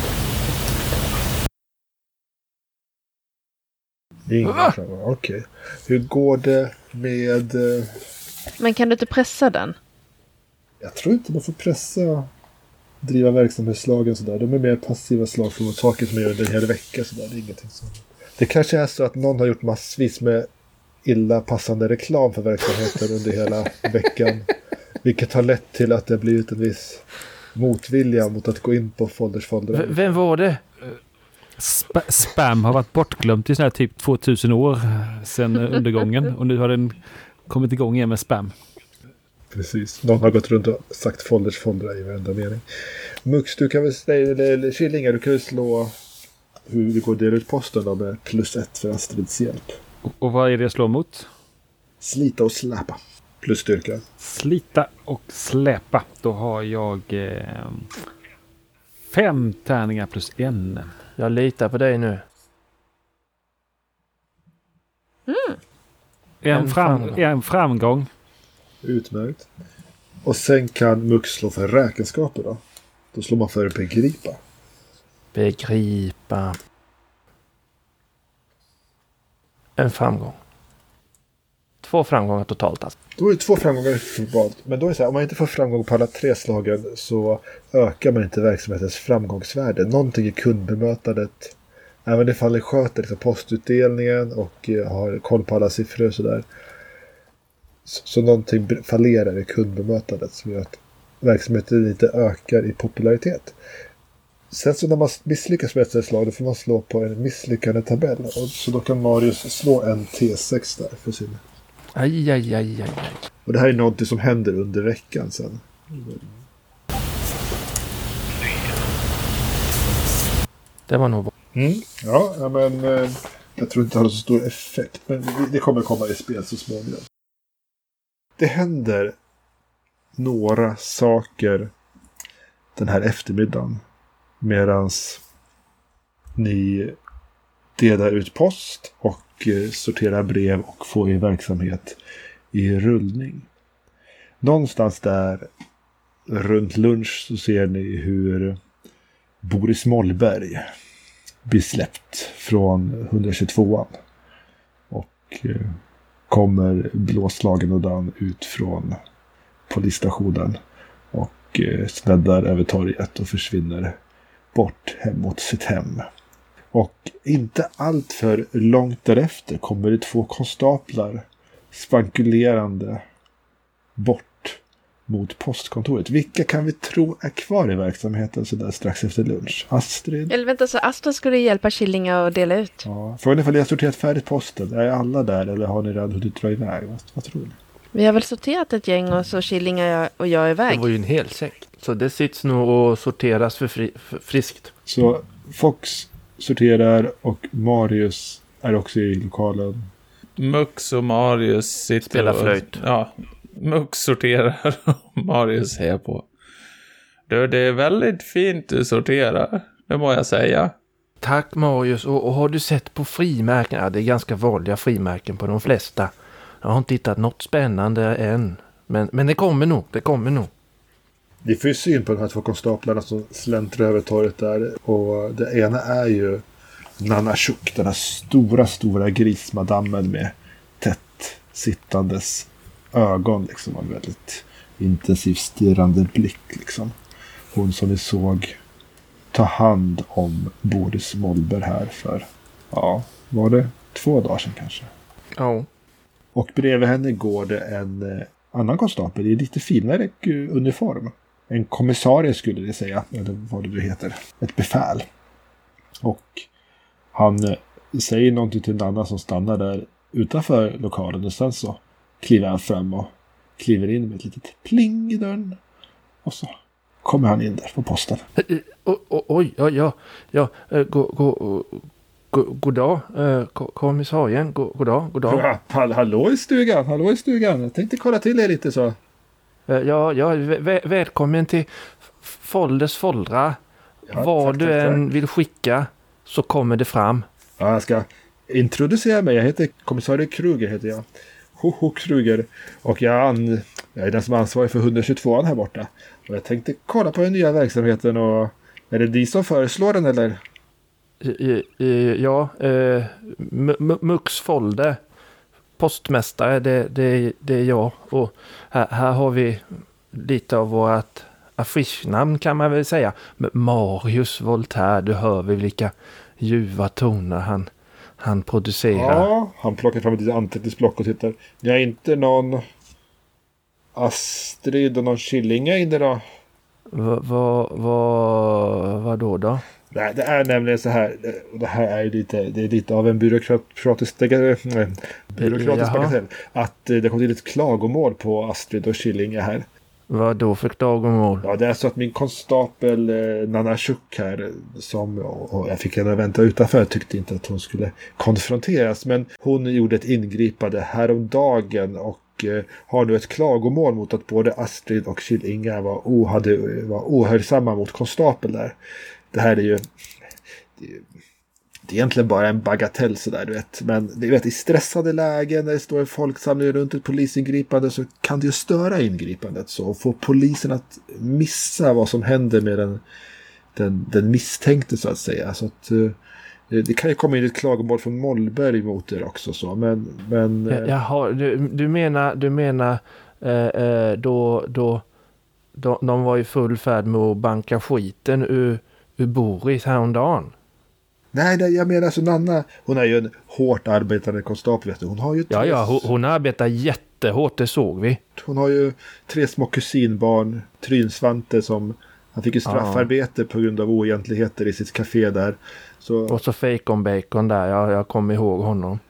Ingen framgång. Okej. Hur går det med... eh, Men kan du inte pressa den? Jag tror inte man får pressa driva verksamhetslagen sådär. De är mer passiva slag från saker som jag gör under en hel vecka sådär. Det är ingenting som... Det kanske är så att någon har gjort massvis med illa passande reklam för verksamheten under hela veckan. Vilket har lett till att det har blivit en viss motvilja mot att gå in på folders foldrar. V- vem var det? Sp- spam har varit bortglömt i sån här typ tvåtusen år sedan undergången. Och nu har den kommit igång igen med spam. Precis. Någon har gått runt och sagt folders foldrar i varenda mening. Mux, du kan väl säga, eller Kjell-Inga, du kan väl slå hur det går att dela ut posten då med plus ett för Astrids hjälp. Och, och vad är det jag slår mot? Slita och släpa. Plus styrka. Slita och släpa. Då har jag eh, fem tärningar plus en. Jag litar på dig nu. En, En fram, framgång. en framgång. Utmärkt. Och sen kan Mux slå för räkenskaper då. Då slår man för begripa. Begripa. En framgång. Två framgångar totalt alltså. Då är det två framgångar totalt. Men då är det så här, om man inte får framgång på alla tre slagen så ökar man inte verksamhetens framgångsvärde. Någonting i kundbemötandet, även ifall det sköter liksom postutdelningen och eh, har koll på alla siffror och sådär. Så, så någonting b- fallerar i kundbemötandet som gör att verksamheten lite ökar i popularitet. Sen så när man misslyckas med ett sådant slag, då får man slå på en misslyckande tabell. Och så då kan Marius slå en T sex där för sin Aj, aj, aj, aj, aj. Och det här är något som händer under veckan sen. Det var nog bra. Mm. Ja, ja, men eh, jag tror inte det har så stor effekt. Men det, det kommer komma i spel så småningom. Det händer några saker den här eftermiddagen. Medans ni delar ut post och eh, sorterar brev och får er verksamhet i rullning. Någonstans där runt lunch så ser ni hur Boris Mollberg blir släppt från etthundratjugotvåan och eh, kommer blåslagen och dan ut från polisstationen och eh, släddar över torget och försvinner bort hemåt sitt hem. Och inte allt för långt därefter kommer det två konstaplar spankulerande bort mot postkontoret. Vilka kan vi tro är kvar i verksamheten så där strax efter lunch? Astrid? Eller vänta, så Astrid skulle hjälpa Killinga att dela ut? Ja. Frågan är ifall ni har sorterat färdigt posten. Är alla där eller har ni redan hunnit dra iväg? Vad, vad tror ni? Vi har väl sorterat ett gäng och så Killinga och jag är iväg. Det var ju en hel säck. Så det sitter nog och sorteras för, fri, för friskt. Så Fox sorterar och Marius är också i lokalen. Mux och Marius sitter Spelar och, flöjt. Ja, Mux sorterar och Marius är på. Du, det är väldigt fint du sorterar, det må jag säga. Tack Marius. Och, och har du sett på frimärken? Ja, det är ganska vanliga frimärken på de flesta. Jag har inte hittat något spännande än. Men, men det kommer nog, det kommer nog. Vi får ju syn på de här två konstaplarna som släntrar över torget där. Och det ena är ju Nana Shuk, den här stora, stora grismadammen med tätt sittandes ögon liksom, och väldigt intensivt stirrande blick liksom. Hon som vi såg ta hand om Boris Mollberg här för, ja, var det två dagar sedan kanske. Ja. Och bredvid henne går det en eh, annan konstapel i lite finare uniform. En kommissarie skulle det säga, eller vad det nu heter. Ett befäl. Och han eh, säger någonting till en annan som stannar där utanför lokalen. Och sen så kliver han fram och kliver in med ett litet pling i dörren. Och så kommer han in där på posten. Oj, oj, ja, ja, ja, gå, gå, gå, god dag, kommissarien, god dag, god dag. Ja, hallå i stugan, hallå i stugan. Jag tänkte kolla till er lite så. Ja, ja, vä- välkommen till Folders Foldra. Ja, Vad tack, du tack, än tack. vill skicka så kommer det fram. Ja, jag ska introducera mig. Jag heter kommissarie Kruger heter jag. Hoho Kruger. Och jag, an, jag är den som är ansvarig för etthundratjugotvåan här borta. Och jag tänkte kolla på den nya verksamheten och är det de som föreslår den eller? Ja, eh, Mux Folder, postmästare, det, det, det är jag. Och här, här har vi lite av vårt affischnamn kan man väl säga. Marius Voltaire, du hör väl vilka ljuva toner han, han producerar. Ja, han plockar fram ett litet anteckningsblock och tittar. Jag är inte någon Astrid och någon Killinga inne då? Vad va, va, vad då då? Nej, det är nämligen så här. Det här är lite, det är lite av en byråkratisk byråkratisk bagatell. Att det kom till ett klagomål på Astrid och Killinga här. Vad då för klagomål? Ja, det är så att min konstapel eh, Nana Shuk här, som och jag fick henne att vänta utanför, tyckte inte att hon skulle konfronteras. Men hon gjorde ett ingripande häromdagen och eh, har nu ett klagomål mot att både Astrid och Killinga var, oh, hade, var ohörsamma mot konstapel där. Det här är ju... Det, det är egentligen bara en bagatell sådär, du vet. Men du vet, i stressade lägen när det står folk samlade runt ett polisingripande så kan det ju störa ingripandet. Så få polisen att missa vad som händer med den, den, den misstänkte så att säga. Så att, uh, det kan ju komma in ett klagomål från Mollberg mot er också. Så. Men, men, uh... Jaha, du, du menar, du menar uh, uh, då, då, då de var i full färd med att banka skiten ur, ur Boris häromdagen? Nej, nej, jag menar så Nanna, hon är ju en hårt arbetande konstapel, vet du. Hon har ju ja, tre, ja, hon, hon arbetar jättehårt, det såg vi. Hon har ju tre små kusinbarn, Trynsvante som han fick ju straffarbete ja. på grund av oegentligheter i sitt café där. Så, och så Fejkon Bacon där, ja, jag kommer ihåg honom.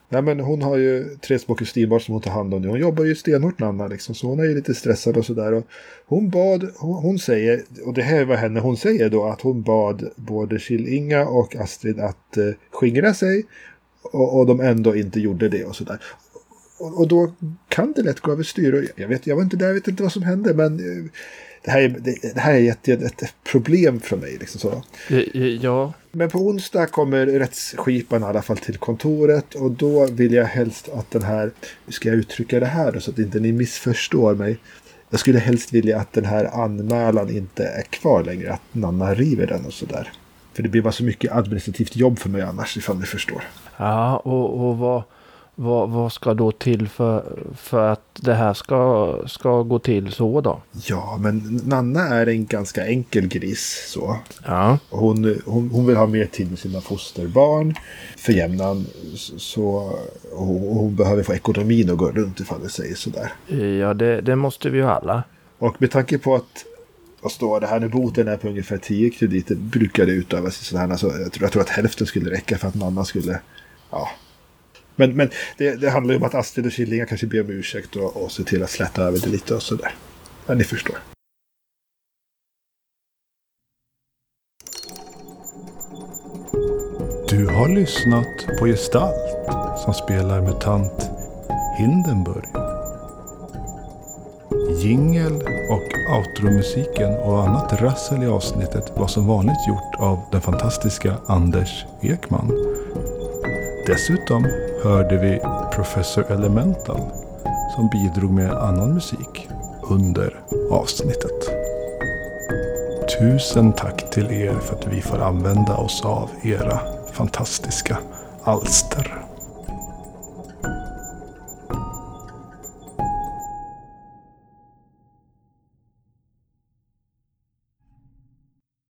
Nej, men hon har ju tre små kustinbarn som hon tar hand om nu. Hon jobbar ju stenhårt, Nanna, liksom, så hon är ju lite stressad och sådär. Och hon bad, hon, hon säger, och det här var henne, hon säger då att hon bad både Kjell-Inga och Astrid att eh, skingra sig. Och, och de ändå inte gjorde det och sådär. Och, och då kan det lätt gå överstyr. Och jag, vet, jag var inte där, jag vet inte vad som hände, men eh, det här är, det, det här är ett, ett problem för mig. Liksom så. Ja. Men på onsdag kommer rättsskipan i alla fall till kontoret. Och då vill jag helst att den här, hur ska jag uttrycka det här då, så att inte ni missförstår mig. Jag skulle helst vilja att den här anmälan inte är kvar längre. Att Nanna river den och sådär. För det blir bara så mycket administrativt jobb för mig annars, ifall ni förstår. Ja, och, och vad, vad, vad ska då till för, för att det här ska, ska gå till så då? Ja, men Nanna är en ganska enkel gris så. Ja. Hon, hon, hon vill ha mer tid med sina fosterbarn för jämnan. Så, och hon behöver få ekonomin att gå runt, ifall det säger sådär. Ja, det, det måste vi ju alla. Och med tanke på att vad står det här nu, boten är på ungefär tio krediter, brukar det utövas i sådana här, så jag tror, jag tror att hälften skulle räcka för att Nanna skulle, ja. Men, men det, det handlar ju om att Astrid och Kjell-Inga kanske ber om ursäkt och, och se till att släta över det lite och sådär. Men ni förstår. Du har lyssnat på Gestalt som spelar mutant Hindenburg. Jingel och outromusiken och annat rassel i avsnittet var som vanligt gjort av den fantastiska Anders Ekman. Dessutom hörde vi Professor Elemental som bidrog med annan musik under avsnittet. Tusen tack till er för att vi får använda oss av era fantastiska alster.